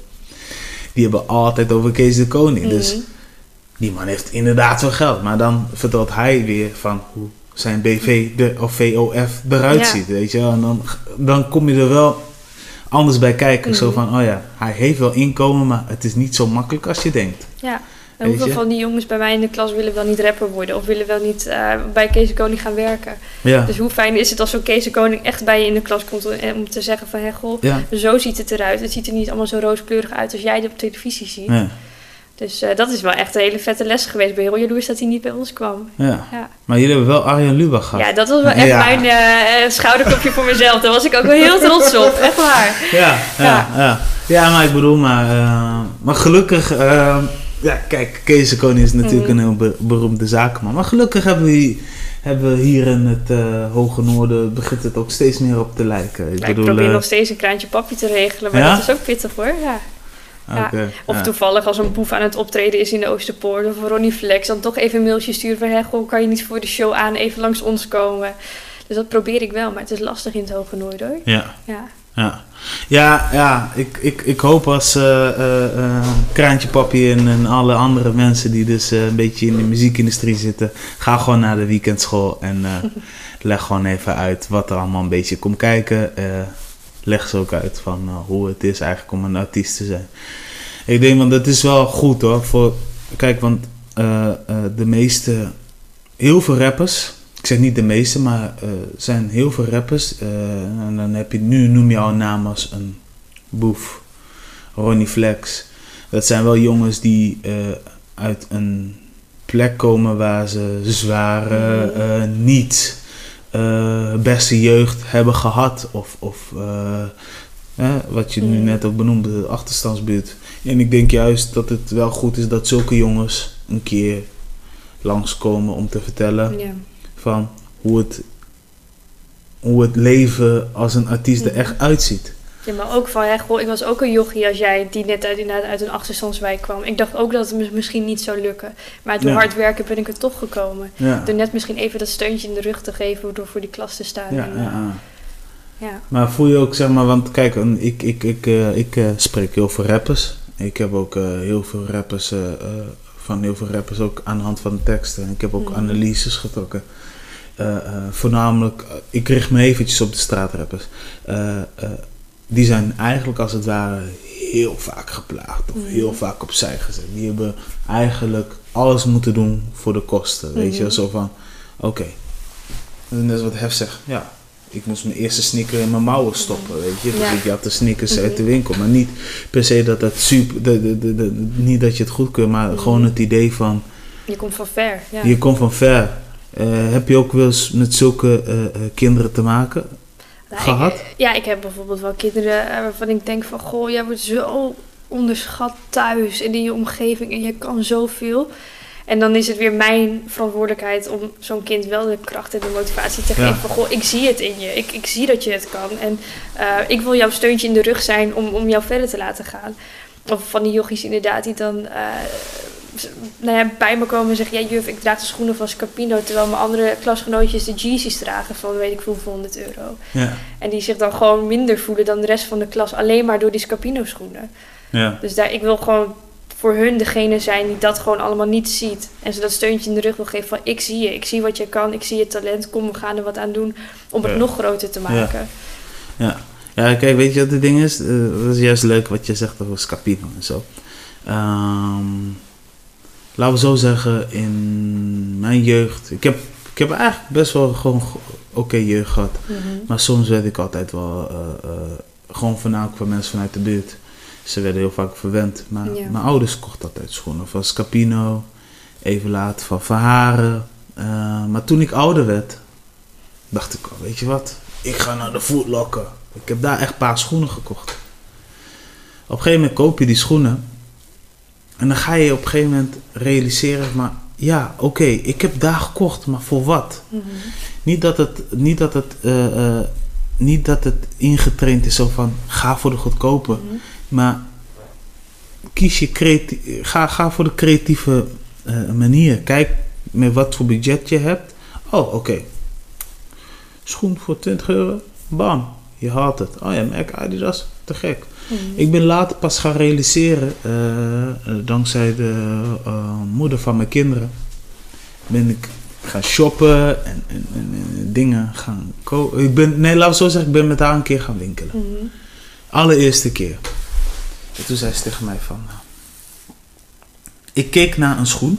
die hebben altijd over Kees de Koning. Mm. Dus die man heeft inderdaad wel geld, maar dan vertelt hij weer van hoe zijn B V de, of V O F eruit ja. ziet, weet je. En dan, dan kom je er wel anders bij kijken. Mm. Zo van, oh ja, hij heeft wel inkomen, maar het is niet zo makkelijk als je denkt. Ja, en hoeveel je? van die jongens bij mij in de klas willen wel niet rapper worden of willen wel niet uh, bij Kees de Koning gaan werken. Ja. Dus hoe fijn is het als zo'n Kees de Koning echt bij je in de klas komt om, om te zeggen van, hé, goh, ja. zo ziet het eruit. Het ziet er niet allemaal zo rooskleurig uit als jij het op televisie ziet. Ja. Dus uh, dat is wel echt een hele vette les geweest. Ik ben heel jaloers dat hij niet bij ons kwam. Ja. ja. Maar jullie hebben wel Arjan Lubach gehad. Ja, dat was wel echt ja. mijn uh, schouderklopje voor mezelf. Daar was ik ook wel heel trots op. Echt waar. Ja, ja, ja. ja. ja maar ik bedoel, maar, uh, maar gelukkig... Uh, ja, kijk, Kees de Koning is natuurlijk mm. een heel be- beroemde zakenman. Maar gelukkig hebben we, hebben we hier in het uh, Hoge Noorden... begint het ook steeds meer op te lijken. Ik, ja, bedoel, ik probeer uh, nog steeds een kraantje papi te regelen. Maar ja? dat is ook pittig hoor, ja. Ja. Okay, of ja. toevallig als een boef aan het optreden is in de Oosterpoort of Ronnie Flex, dan toch even een mailtje sturen van, hey, goh, kan je niet voor de show aan even langs ons komen? Dus dat probeer ik wel, maar het is lastig in het Hoge Noorden hoor. Ja. Ja. Ja, ja, ja ik, ik, ik hoop als uh, uh, uh, Kraantje Papi en, en alle andere mensen die dus uh, een beetje in de muziekindustrie zitten, ga gewoon naar de weekendschool en uh, leg gewoon even uit wat er allemaal een beetje komt kijken. Uh, leg ze ook uit van uh, hoe het is eigenlijk om een artiest te zijn. Ik denk, want dat is wel goed hoor. Voor, kijk, want uh, uh, de meeste, heel veel rappers, ik zeg niet de meeste, maar er uh, zijn heel veel rappers. Uh, en dan heb je, nu noem je al namen als een Boef, Ronnie Flex. Dat zijn wel jongens die uh, uit een plek komen waar ze zwaar uh, uh, niet uh, beste jeugd hebben gehad. Of, of uh, eh, wat je nu Mm. net ook benoemde, de achterstandsbuurt. En ik denk juist dat het wel goed is dat zulke jongens een keer langskomen om te vertellen Ja. van hoe het, hoe het leven als een artiest er Mhm. echt uitziet. Ja, maar ook van, ja, goh, ik was ook een jochie als jij die net uit, inderdaad uit een achterstandswijk kwam. Ik dacht ook dat het me misschien niet zou lukken. Maar door Ja. hard werken ben ik er toch gekomen. Ja. Door net misschien even dat steuntje in de rug te geven door voor die klas te staan. Ja, en, ja, uh, ja. ja. Maar voel je ook, zeg maar, want kijk, een- ik, ik, ik, uh, ik uh, spreek heel veel rappers. Ik heb ook uh, heel veel rappers, uh, uh, van heel veel rappers ook aan de hand van de teksten. Ik heb ook Mhm. analyses getrokken. Uh, uh, voornamelijk, uh, ik richt me eventjes op de straatrappers. Uh, uh, die zijn eigenlijk als het ware heel vaak geplaagd of Mhm. heel vaak opzij gezet. Die hebben eigenlijk alles moeten doen voor de kosten. Weet je, Mhm. zo van, oké, okay. Net als wat Hef zegt, ja. Ik moest mijn eerste sneaker in mijn mouwen stoppen, weet je. Dus Ja. ik had de sneakers Mhm. uit de winkel. Maar niet per se dat dat super... De, de, de, de, niet dat je het goed kunt, maar Mhm. gewoon het idee van... Je komt van ver. Ja. Je komt van ver. Uh, heb je ook wel eens met zulke uh, uh, kinderen te maken Nou, gehad? Ik, ja, ik heb bijvoorbeeld wel kinderen uh, waarvan ik denk van... Goh, jij wordt zo onderschat thuis en in je omgeving en je kan zoveel. En dan is het weer mijn verantwoordelijkheid om zo'n kind wel de kracht en de motivatie te Ja. geven. Van, goh, ik zie het in je. Ik, ik zie dat je het kan. En uh, ik wil jouw steuntje in de rug zijn om, om jou verder te laten gaan. Of van die jochies inderdaad die dan uh, nou ja, bij me komen en zeggen... Ja, juf, ik draag de schoenen van Scapino... terwijl mijn andere klasgenootjes de Yeezys dragen van weet ik hoeveel honderd euro. Ja. En die zich dan gewoon minder voelen dan de rest van de klas... alleen maar door die Scapino schoenen. Ja. Dus daar, ik wil gewoon voor hun degene zijn die dat gewoon allemaal niet ziet. En ze dat steuntje in de rug wil geven van... ik zie je, ik zie wat je kan, ik zie je talent... kom, we gaan er wat aan doen om het Ja. nog groter te maken. Ja. Ja, kijk, weet je wat het ding is? Uh, dat is juist leuk wat je zegt over Scapino en zo. Um, laten we zo zeggen, in mijn jeugd... Ik heb, ik heb eigenlijk best wel gewoon oké okay jeugd gehad. Mm-hmm. Maar soms werd ik altijd wel... Uh, uh, gewoon voornamelijk van mensen vanuit de buurt. Ze werden heel vaak verwend. Maar Ja. mijn ouders kochten altijd schoenen. Van Scapino, even later van Verharen. Uh, maar toen ik ouder werd... dacht ik, weet je wat? Ik ga naar de Foot Locker. Ik heb daar echt een paar schoenen gekocht. Op een gegeven moment koop je die schoenen. En dan ga je op een gegeven moment realiseren... maar ja, oké, okay, ik heb daar gekocht, maar voor wat? Mm-hmm. Niet dat het, niet dat het, uh, uh, niet dat het ingetraind is zo van... ga voor de goedkope. Mm-hmm. Maar kies je creatie, ga, ga voor de creatieve uh, manier. Kijk met wat voor budget je hebt. Oh, oké. Okay. Schoen voor twintig euro. Bam. Je haalt het. Oh ja, Merk Adidas. Te gek. Mm-hmm. Ik ben later pas gaan realiseren. Uh, uh, dankzij de uh, moeder van mijn kinderen. Ben ik gaan shoppen. En, en, en, en dingen gaan kopen. Ik ben, nee, laten we zo zeggen. Ik ben met haar een keer gaan winkelen. Mm-hmm. Allereerste keer. En toen zei ze tegen mij van... Uh, ik keek naar een schoen.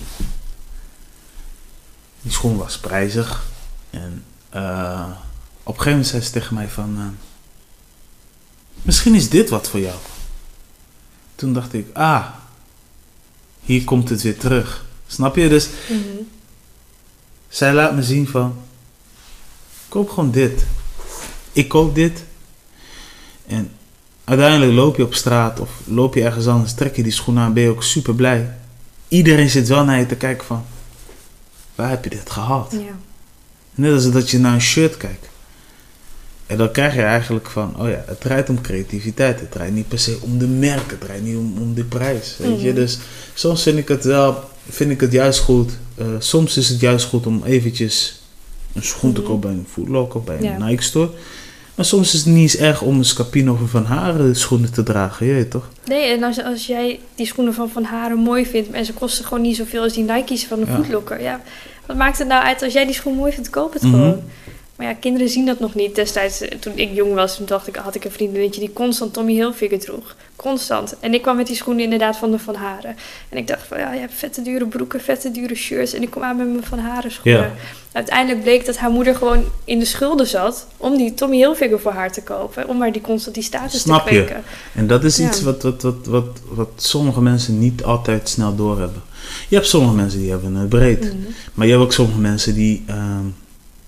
Die schoen was prijzig. En... Uh, op een gegeven moment zei ze tegen mij van... Uh, misschien is dit wat voor jou. Toen dacht ik... Ah, hier komt het weer terug. Snap je? Dus... Mm-hmm. Zij laat me zien van... Koop gewoon dit. Ik koop dit. En uiteindelijk loop je op straat... Of loop je ergens anders... Trek je die schoen aan... Ben je ook super blij. Iedereen zit wel naar je te kijken van... Waar heb je dit gehaald? Ja. Net als dat je naar een shirt kijkt. En dan krijg je eigenlijk van... Oh ja, het draait om creativiteit. Het draait niet per se om de merk. Het draait niet om, om de prijs. Weet mm-hmm. je? Dus soms vind ik het wel... Vind ik het juist goed. Uh, soms is het juist goed om eventjes... Een schoen mm-hmm. te kopen bij een Foot Locker. Bij een ja. Nike store. Maar soms is het niet eens erg om een Scapino of Van Haren schoenen te dragen. Je weet toch? Nee, en als, als jij die schoenen van Van Haren mooi vindt... En ze kosten gewoon niet zoveel als die Nike's van de ja. Foot Locker. Ja, wat maakt het nou uit als jij die schoen mooi vindt? Koop het mm-hmm. gewoon. Maar ja, kinderen zien dat nog niet. Destijds, toen ik jong was, toen dacht ik, had ik een vriendinnetje die constant Tommy Hilfiger droeg. Constant. En ik kwam met die schoenen inderdaad van de Van Haren. En ik dacht van, ja, je hebt vette dure broeken, vette dure shirts. En ik kom aan met mijn Van Haren schoenen. Ja. Uiteindelijk bleek dat haar moeder gewoon in de schulden zat om die Tommy Hilfiger voor haar te kopen. Om maar die constant die status Snap te kweken. Je? En dat is ja. iets wat, wat, wat, wat, wat sommige mensen niet altijd snel doorhebben. Je hebt sommige mensen die hebben het breed. Mm-hmm. Maar je hebt ook sommige mensen die... Um,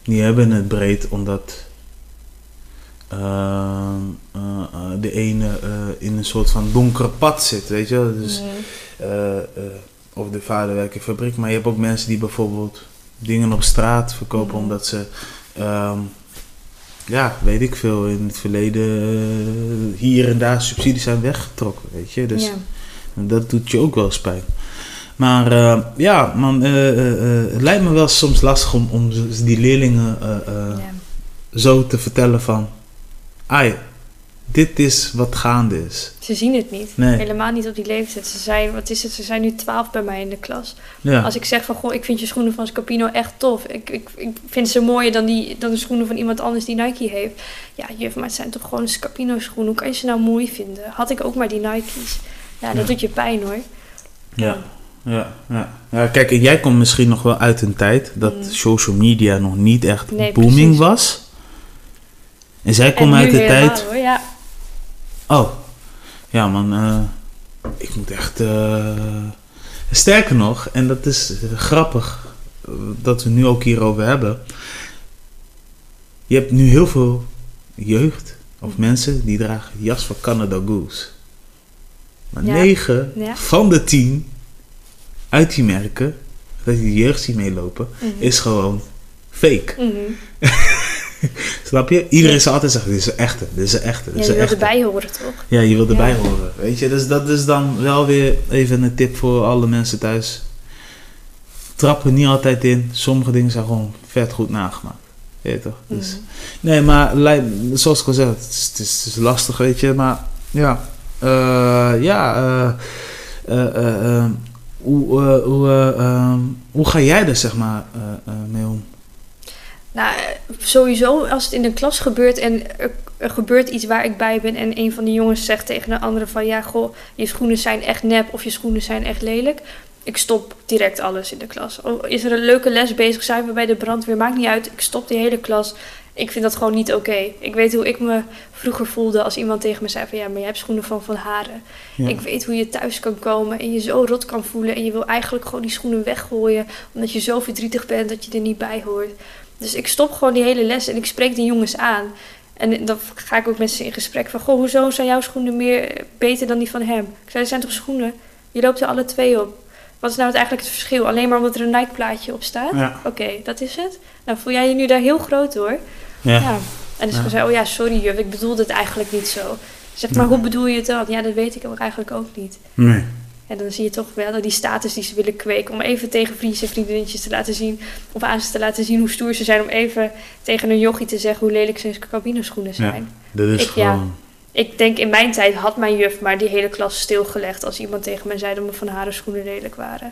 die hebben het breed omdat uh, uh, uh, de ene uh, in een soort van donkere pad zit, weet je wel. Dus, mm. uh, uh, of de vader werkt in fabriek, maar je hebt ook mensen die bijvoorbeeld dingen op straat verkopen mm. omdat ze, um, ja, weet ik veel, in het verleden uh, hier en daar subsidies zijn weggetrokken, weet je. Dus ja. dat doet je ook wel eens pijn. Maar uh, ja, man, uh, uh, uh, het lijkt me wel soms lastig om, om die leerlingen uh, uh, ja. zo te vertellen van, ai, dit is wat gaande is. Ze zien het niet. Nee. Helemaal niet op die leeftijd. Ze zijn, wat is het? Ze zijn nu twaalf bij mij in de klas. Ja. Als ik zeg van, goh, ik vind je schoenen van Scapino echt tof. Ik, ik, ik vind ze mooier dan, die, dan de schoenen van iemand anders die Nike heeft. Ja, juf, maar het zijn toch gewoon Scapino schoenen. Hoe kan je ze nou mooi vinden? Had ik ook maar die Nike's. Ja, dat ja. doet je pijn hoor. Ja. ja. Ja, ja. ja, kijk, en jij komt misschien nog wel uit een tijd dat mm. social media nog niet echt nee, booming precies. was. En zij komt uit de tijd... Hoor, ja. Oh, ja man, uh, ik moet echt... Uh, sterker nog, en dat is uh, grappig uh, dat we nu ook hierover hebben. Je hebt nu heel veel jeugd of mm. mensen die dragen jas van Canada Goose. Maar negen ja. ja. van de tien... uit die merken, dat je de jeugd ziet meelopen, mm-hmm. is gewoon fake. Mm-hmm. Snap je? Iedereen ja. zal altijd zeggen, dit is een echte, dit is een echte. Dit ja, je wil erbij horen, toch? Ja, je wil erbij ja. horen. Weet je, dus dat is dan wel weer even een tip voor alle mensen thuis. Trap er niet altijd in. Sommige dingen zijn gewoon vet goed nagemaakt. Weet je toch? Dus, mm-hmm. Nee, maar zoals ik al zei, het is, het is, het is lastig, weet je. Maar ja, uh, ja, uh, uh, uh, uh, Hoe, uh, hoe, uh, um, hoe ga jij er zeg maar uh, uh, mee om? Nou, sowieso als het in de klas gebeurt en er, er gebeurt iets waar ik bij ben en een van de jongens zegt tegen de andere van ja, goh, je schoenen zijn echt nep of je schoenen zijn echt lelijk. Ik stop direct alles in de klas. Is er een leuke les bezig, zijn we bij de brandweer, maakt niet uit. Ik stop die hele klas. Ik vind dat gewoon niet oké. Okay. Ik weet hoe ik me vroeger voelde als iemand tegen me zei van ja, maar je hebt schoenen van Van Haren. Ja. Ik weet hoe je thuis kan komen en je zo rot kan voelen en je wil eigenlijk gewoon die schoenen weggooien omdat je zo verdrietig bent dat je er niet bij hoort. Dus ik stop gewoon die hele les en ik spreek die jongens aan. En dan ga ik ook met ze in gesprek van goh, hoezo zijn jouw schoenen meer beter dan die van hem? Ik zei, er zijn toch schoenen? Je loopt er alle twee op. Wat is nou het eigenlijk het verschil? Alleen maar omdat er een Nike-plaatje op staat? Ja. Oké, okay, dat is het. Nou, voel jij je nu daar heel groot hoor. Ja. ja. En dus ja. zei, oh ja, sorry juf, ik bedoelde het eigenlijk niet zo. Zeg maar, ja. hoe bedoel je het dan? Ja, dat weet ik ook eigenlijk ook niet. Nee. En dan zie je toch wel dat die status die ze willen kweken om even tegen vriendjes en vriendinnetjes te laten zien, of aan ze te laten zien hoe stoer ze zijn, om even tegen een jochie te zeggen hoe lelijk zijn cabineschoenen zijn. Ja, dat is ik, gewoon... Ja, ik denk in mijn tijd had mijn juf maar die hele klas stilgelegd als iemand tegen mij zei dat mijn Van Haren schoenen lelijk waren.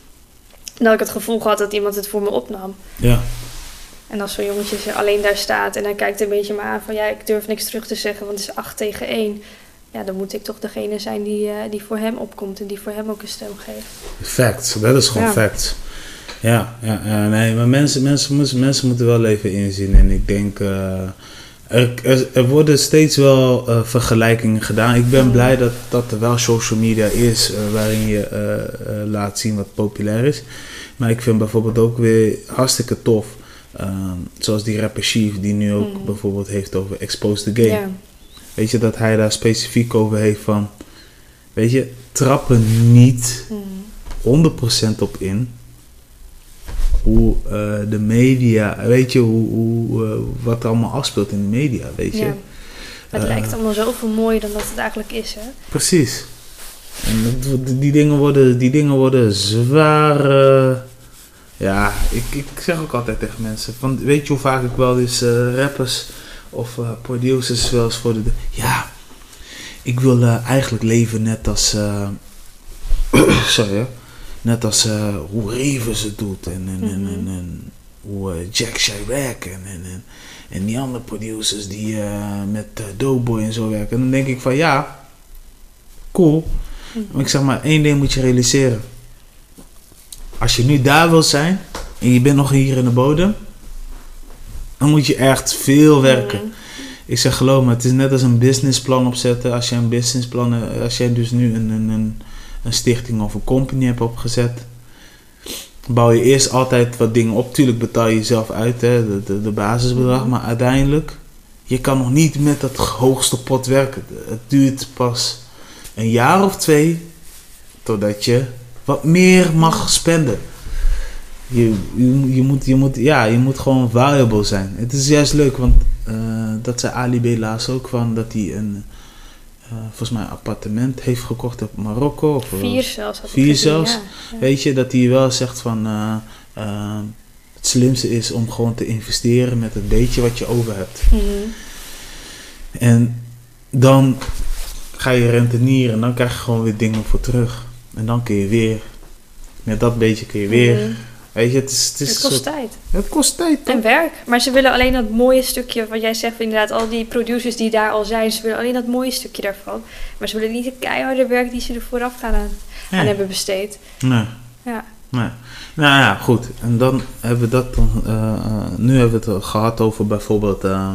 En dat ik het gevoel had dat iemand het voor me opnam. Ja. En als zo'n jongetje alleen daar staat en hij kijkt een beetje me aan van ja, ik durf niks terug te zeggen, want het is acht tegen één. Ja, dan moet ik toch degene zijn die, uh, die voor hem opkomt en die voor hem ook een stem geeft. Facts, dat is gewoon ja. facts. Ja, ja, ja, nee, maar mensen, mensen, mensen, mensen moeten wel even inzien. En ik denk, uh, er, er, er worden steeds wel uh, vergelijkingen gedaan. Ik ben mm. blij dat, dat er wel social media is uh, waarin je uh, uh, laat zien wat populair is. Maar ik vind bijvoorbeeld ook weer hartstikke tof. Uh, zoals die rapper Chief, die nu ook mm. bijvoorbeeld heeft over Expose the Game. Yeah. Weet je, dat hij daar specifiek over heeft van, weet je, trap er niet honderd procent op in hoe uh, de media, weet je, hoe, hoe, uh, wat er allemaal afspeelt in de media, weet je. Ja. Het uh, lijkt allemaal zoveel mooier dan dat het eigenlijk is, hè? Precies. En die, die, dingen, worden, die dingen worden zwaar, uh, ja, ik, ik zeg ook altijd tegen mensen, van, weet je hoe vaak ik wel eens uh, rappers... of uh, producers wel eens voor de... Ja, ik wil uh, eigenlijk leven net als... Uh, sorry, net als uh, hoe Ravens het doet. En, en, mm-hmm. en, en, en hoe uh, Jack Chirac en, en, en, en die andere producers die uh, met uh, Doughboy en zo werken. En dan denk ik van ja, cool. Mm-hmm. Maar ik zeg maar, één ding moet je realiseren. Als je nu daar wil zijn en je bent nog hier in de bodem, dan moet je echt veel werken. Mm. Ik zeg geloof me, het is net als een businessplan opzetten. Als je een businessplan, als jij dus nu een, een, een stichting of een company hebt opgezet. bouw je eerst altijd wat dingen op. Tuurlijk betaal je jezelf uit, hè, de, de, de basisbedrag. Mm-hmm. Maar uiteindelijk, je kan nog niet met dat hoogste pot werken. Het duurt pas een jaar of twee totdat je wat meer mag spenden. Je, je, je, moet, je, moet, ja, je moet gewoon valuable zijn. Het is juist leuk, want uh, dat zei Ali B laatst ook van dat hij een, uh, volgens mij een appartement heeft gekocht op Marokko. Of vier zelfs. Had vier ik zelfs. Ja, ja. Weet je, dat hij wel zegt van uh, uh, het slimste is om gewoon te investeren met het beetje wat je over hebt. Mm-hmm. En dan ga je rentenieren en dan krijg je gewoon weer dingen voor terug. En dan kun je weer, met dat beetje kun je weer... Mm-hmm. Weet je, het, is, het, is het kost soort, tijd. Het kost tijd, toch? En werk. Maar ze willen alleen dat mooie stukje, wat jij zegt, inderdaad, al die producers die daar al zijn, ze willen alleen dat mooie stukje daarvan. Maar ze willen niet het keiharde werk die ze er vooraf gaan aan, nee. aan hebben besteed. Nee. Ja. Nee. Nou ja, goed. En dan hebben we dat dan, uh, uh, nu hebben we het gehad over bijvoorbeeld, uh,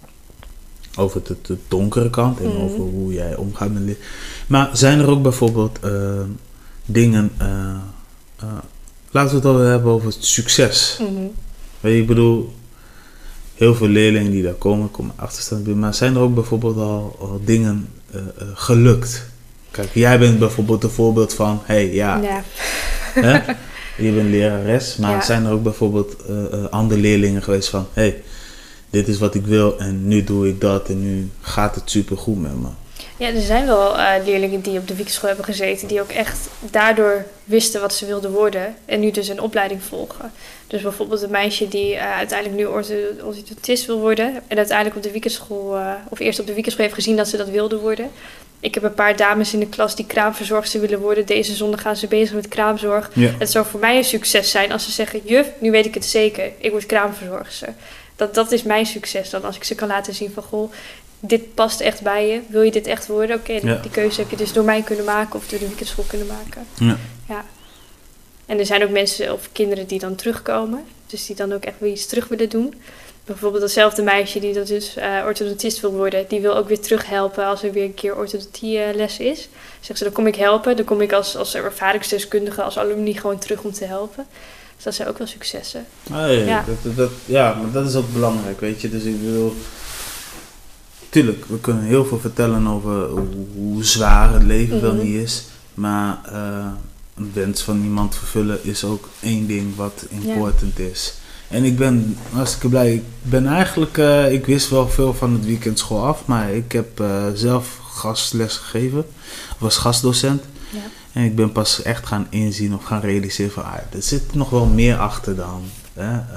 over de, de donkere kant en mm. over hoe jij omgaat met licht. Maar zijn er ook bijvoorbeeld uh, dingen, uh, uh, laten we het al hebben over het succes. Mm-hmm. Weet je, ik bedoel, heel veel leerlingen die daar komen, komen achterstand bij. Maar zijn er ook bijvoorbeeld al, al dingen uh, uh, gelukt? Kijk, jij bent bijvoorbeeld een voorbeeld van, hé, hey, ja, ja. Hè? Je bent lerares, maar ja. zijn er ook bijvoorbeeld uh, uh, andere leerlingen geweest van, hé, hey, dit is wat ik wil en nu doe ik dat en nu gaat het supergoed met me. Ja, er zijn wel uh, leerlingen die op de weekschool hebben gezeten, die ook echt daardoor wisten wat ze wilden worden en nu dus een opleiding volgen. Dus bijvoorbeeld een meisje die uh, uiteindelijk nu orthodontist wil worden en uiteindelijk op de weekendschool, uh, of eerst op de weekendschool heeft gezien dat ze dat wilde worden. Ik heb een paar dames in de klas die kraamverzorgster willen worden. Deze zondag gaan ze bezig met kraamzorg. Ja. Het zou voor mij een succes zijn als ze zeggen, juf, nu weet ik het zeker, ik word kraamverzorgster. Dat, dat is mijn succes dan, als ik ze kan laten zien van, goh, dit past echt bij je. Wil je dit echt worden? Oké, okay, die, ja. die keuze heb je dus door mij kunnen maken of door de weekendschool kunnen maken. Ja. Ja. En er zijn ook mensen of kinderen die dan terugkomen. Dus die dan ook echt weer iets terug willen doen. Bijvoorbeeld datzelfde meisje die dat dus uh, orthodontist wil worden. Die wil ook weer terug helpen als er weer een keer orthodontie-les uh, is. Zegt ze, dan kom ik helpen. Dan kom ik als, als ervaringsdeskundige, als alumni gewoon terug om te helpen. Dus dat zijn ook wel successen. Ah, ja, ja. Dat, dat, ja, maar dat is ook belangrijk, weet je. Dus ik bedoel, tuurlijk, we kunnen heel veel vertellen over hoe, hoe zwaar het leven mm-hmm. wel niet is. Maar uh, een wens van iemand vervullen is ook één ding wat important ja. is. En ik ben hartstikke blij. Ik ben eigenlijk, uh, ik wist wel veel van het weekendschool af, maar ik heb uh, zelf gastles gegeven. Ik was gastdocent. Ja. En ik ben pas echt gaan inzien of gaan realiseren van, ah, er zit nog wel meer achter dan. Hè? Uh,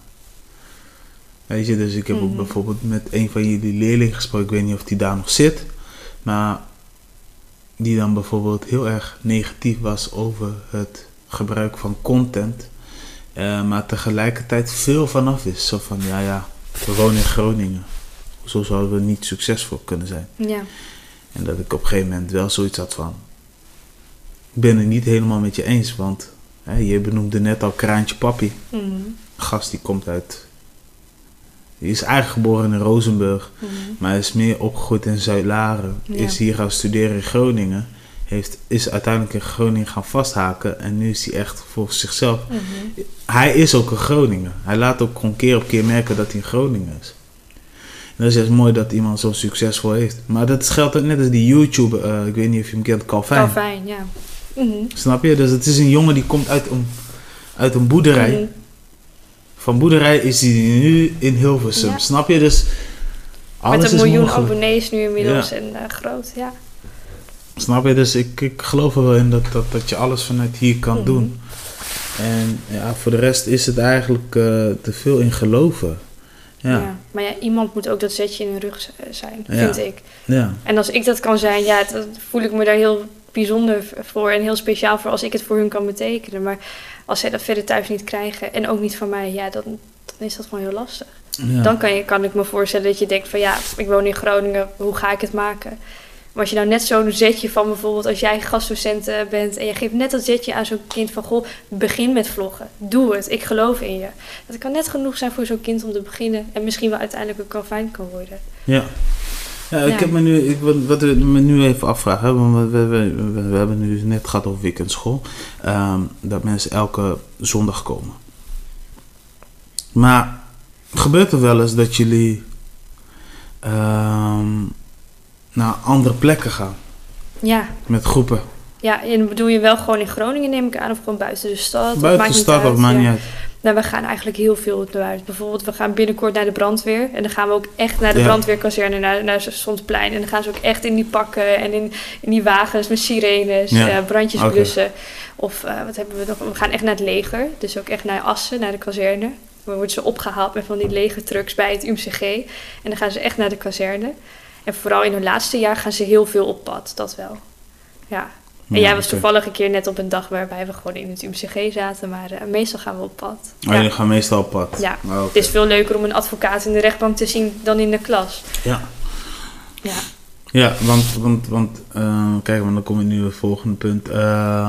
weet je, dus ik heb mm-hmm. ook bijvoorbeeld met een van jullie leerlingen gesproken, ik weet niet of die daar nog zit, maar die dan bijvoorbeeld heel erg negatief was over het gebruik van content. Uh, maar tegelijkertijd veel vanaf is. Zo van, ja, ja, we wonen in Groningen. Zo zouden we niet succesvol kunnen zijn. Ja. En dat ik op een gegeven moment wel zoiets had van, ik ben het niet helemaal met je eens. Want hè, je benoemde net al Kraantje Papi. Mm-hmm. Een gast die komt uit, die is eigenlijk geboren in Rozenburg. Mm-hmm. Maar hij is meer opgegroeid in Zuid-Laren. Ja. Is hier gaan studeren in Groningen. Heeft, is uiteindelijk in Groningen gaan vasthaken. En nu is hij echt voor zichzelf. Mm-hmm. Hij is ook een Groninger. Hij laat ook gewoon keer op keer merken dat hij een Groninger is. En dat is juist mooi dat iemand zo succesvol heeft. Maar dat geldt ook net als die YouTuber. Uh, ik weet niet of je hem kent, Calvin. Calvin, ja. Mm-hmm. Snap je? Dus het is een jongen die komt uit een, uit een boerderij. Mm-hmm. Van boerderij is hij nu in Hilversum. Ja. Snap je? Dus alles met een is miljoen mogelijk. abonnees nu inmiddels ja. en uh, groot, ja. Snap je? Dus ik, ik geloof er wel in dat, dat, dat je alles vanuit hier kan mm-hmm. doen. En ja, voor de rest is het eigenlijk uh, te veel in geloven. Ja. ja. Maar ja, iemand moet ook dat zetje in hun rug zijn, ja. vind ik. Ja. En als ik dat kan zijn, ja, dan voel ik me daar heel bijzonder voor en heel speciaal voor als ik het voor hun kan betekenen. Maar als zij dat verder thuis niet krijgen en ook niet van mij, ja, dan, dan is dat gewoon heel lastig. Ja. Dan kan, je, kan ik me voorstellen dat je denkt van ja, ik woon in Groningen, hoe ga ik het maken? Maar als je nou net zo'n zetje van bijvoorbeeld als jij gastdocent bent en je geeft net dat zetje aan zo'n kind van goh, begin met vloggen. Doe het, ik geloof in je. Dat kan net genoeg zijn voor zo'n kind om te beginnen en misschien wel uiteindelijk een Calvin kan worden. Ja, Ja, ik ja. heb me nu, ik, wat, wat we me nu even afvragen, hè, want we, we, we, we hebben nu net gehad over weekendschool, um, dat mensen elke zondag komen. Maar gebeurt er wel eens dat jullie um, naar andere plekken gaan? Ja. Met groepen? Ja, en dan bedoel je wel gewoon in Groningen, neem ik aan, of gewoon buiten de stad? Buiten de stad, of maakt niet uit. Nou, we gaan eigenlijk heel veel naar buiten. Bijvoorbeeld, we gaan binnenkort naar de brandweer. En dan gaan we ook echt naar de ja. brandweerkazerne, naar, naar Stadsplein. En dan gaan ze ook echt in die pakken en in, in die wagens met sirenes, ja. uh, brandjes okay. blussen. Of uh, wat hebben we nog? We gaan echt naar het leger. Dus ook echt naar Assen, naar de kazerne. Dan worden ze opgehaald met van die legertrucks bij het U M C G. En dan gaan ze echt naar de kazerne. En vooral in hun laatste jaar gaan ze heel veel op pad. Dat wel. Ja. En ja, jij was okay. toevallig een keer net op een dag waarbij we gewoon in het U M C G zaten. Maar uh, meestal gaan we op pad. Oh, ja. jullie gaan meestal op pad? Ja. Oh, okay. Het is veel leuker om een advocaat in de rechtbank te zien dan in de klas. Ja. Ja. Ja, want, want, want uh, kijk, want dan kom ik nu op het volgende punt. Uh,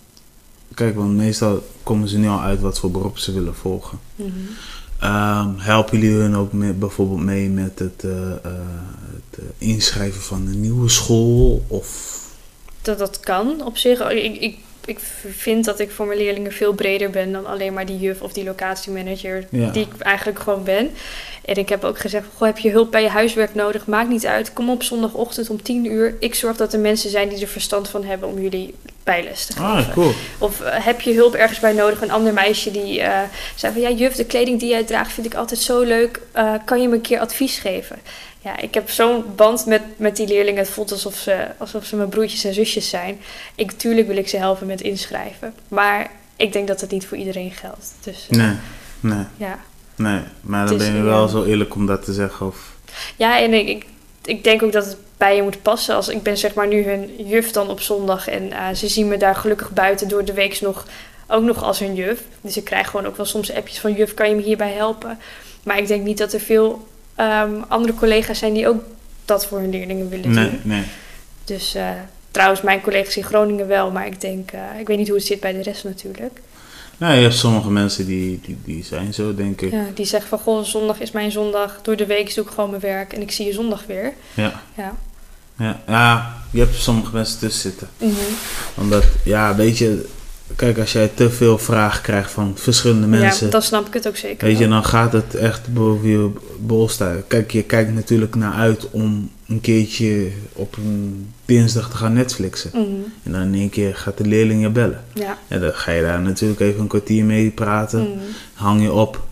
kijk, want meestal komen ze nu al uit wat voor beroep ze willen volgen. Mm-hmm. Uh, helpen jullie hun ook mee, bijvoorbeeld mee met het, uh, uh, het uh, inschrijven van een nieuwe school? Of... Dat dat kan op zich. Ik, ik, ik vind dat ik voor mijn leerlingen veel breder ben dan alleen maar die juf of die locatiemanager ja. die ik eigenlijk gewoon ben. En ik heb ook gezegd, goh, heb je hulp bij je huiswerk nodig? Maakt niet uit. Kom op zondagochtend om tien uur. Ik zorg dat er mensen zijn die er verstand van hebben om jullie bijles te geven. Ah, cool. Of uh, heb je hulp ergens bij nodig? Een ander meisje die uh, zei van, ja juf, de kleding die jij draagt vind ik altijd zo leuk. Uh, kan je me een keer advies geven? Ja, ik heb zo'n band met, met die leerlingen. Het voelt alsof ze, alsof ze mijn broertjes en zusjes zijn. Ik, tuurlijk wil ik ze helpen met inschrijven. Maar ik denk dat het niet voor iedereen geldt. Dus, uh, nee, nee. Ja. Nee, maar dan dus, ben je wel uh, zo eerlijk om dat te zeggen. Of... Ja, en ik, ik, ik denk ook dat het bij je moet passen. Als ik ben zeg maar nu hun juf dan op zondag. En uh, ze zien me daar gelukkig buiten door de week nog, ook nog als hun juf. Dus ik krijg gewoon ook wel soms appjes van juf, kan je me hierbij helpen? Maar ik denk niet dat er veel... Um, andere collega's zijn die ook dat voor hun leerlingen willen nee, doen. Nee. Dus uh, trouwens, mijn collega's in Groningen wel, maar ik denk, uh, ik weet niet hoe het zit bij de rest natuurlijk. Nou, je hebt sommige mensen die, die, die zijn zo, denk ik. Ja, die zeggen van, goh, zondag is mijn zondag, door de week doe ik gewoon mijn werk en ik zie je zondag weer. Ja. Ja, ja, ja je hebt sommige mensen tussen zitten. Mm-hmm. Omdat, ja, weet je... Kijk, als jij te veel vragen krijgt van verschillende mensen... Ja, dan snap ik het ook zeker. Weet je, dan gaat het echt boven je bol staan. Kijk, je kijkt natuurlijk naar uit om een keertje op een dinsdag te gaan Netflixen. Mm-hmm. En dan in één keer gaat de leerling je bellen. Ja. En dan ga je daar natuurlijk even een kwartier mee praten. Mm-hmm. Hang je op.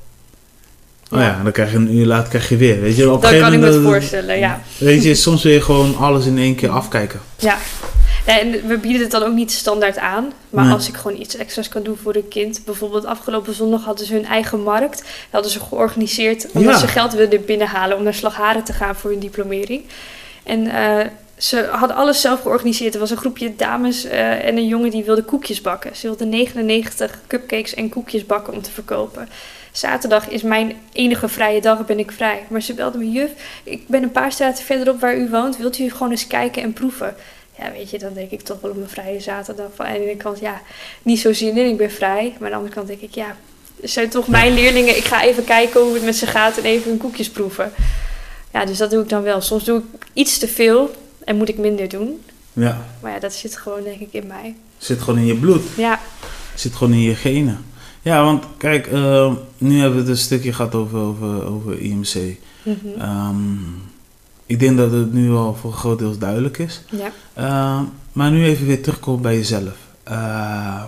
Oh ja. ja, dan krijg je een uur later krijg je weer. Weet je, op dat kan ik me moment, voorstellen, ja. Weet je, soms wil je gewoon alles in één keer afkijken. Ja. Ja, en we bieden het dan ook niet standaard aan. Maar nee. als ik gewoon iets extra's kan doen voor een kind. Bijvoorbeeld afgelopen zondag hadden ze hun eigen markt. Dat hadden ze georganiseerd omdat ja. ze geld wilden binnenhalen om naar Slagharen te gaan voor hun diplomering. En uh, ze hadden alles zelf georganiseerd. Er was een groepje dames uh, en een jongen die wilde koekjes bakken. Ze wilden negenennegentig cupcakes en koekjes bakken om te verkopen. Zaterdag is mijn enige vrije dag, ben ik vrij. Maar ze belde me, juf, ik ben een paar straten verderop waar u woont. Wilt u gewoon eens kijken en proeven? Ja, weet je, dan denk ik toch wel op mijn vrije zaterdag van... En aan de ene kant, ja, niet zo zin in, ik ben vrij. Maar aan de andere kant denk ik, ja, het zijn toch mijn leerlingen. Ik ga even kijken hoe het met ze gaat en even hun koekjes proeven. Ja, dus dat doe ik dan wel. Soms doe ik iets te veel en moet ik minder doen. Ja. Maar ja, dat zit gewoon, denk ik, in mij. Zit gewoon in je bloed. Ja. Zit gewoon in je genen. Ja, want kijk, uh, nu hebben we het een stukje gehad over, over, over I M C. Mm-hmm. Um, Ik denk dat het nu al voor een groot deel duidelijk is. Ja. Uh, maar nu even weer terugkomen bij jezelf. Uh,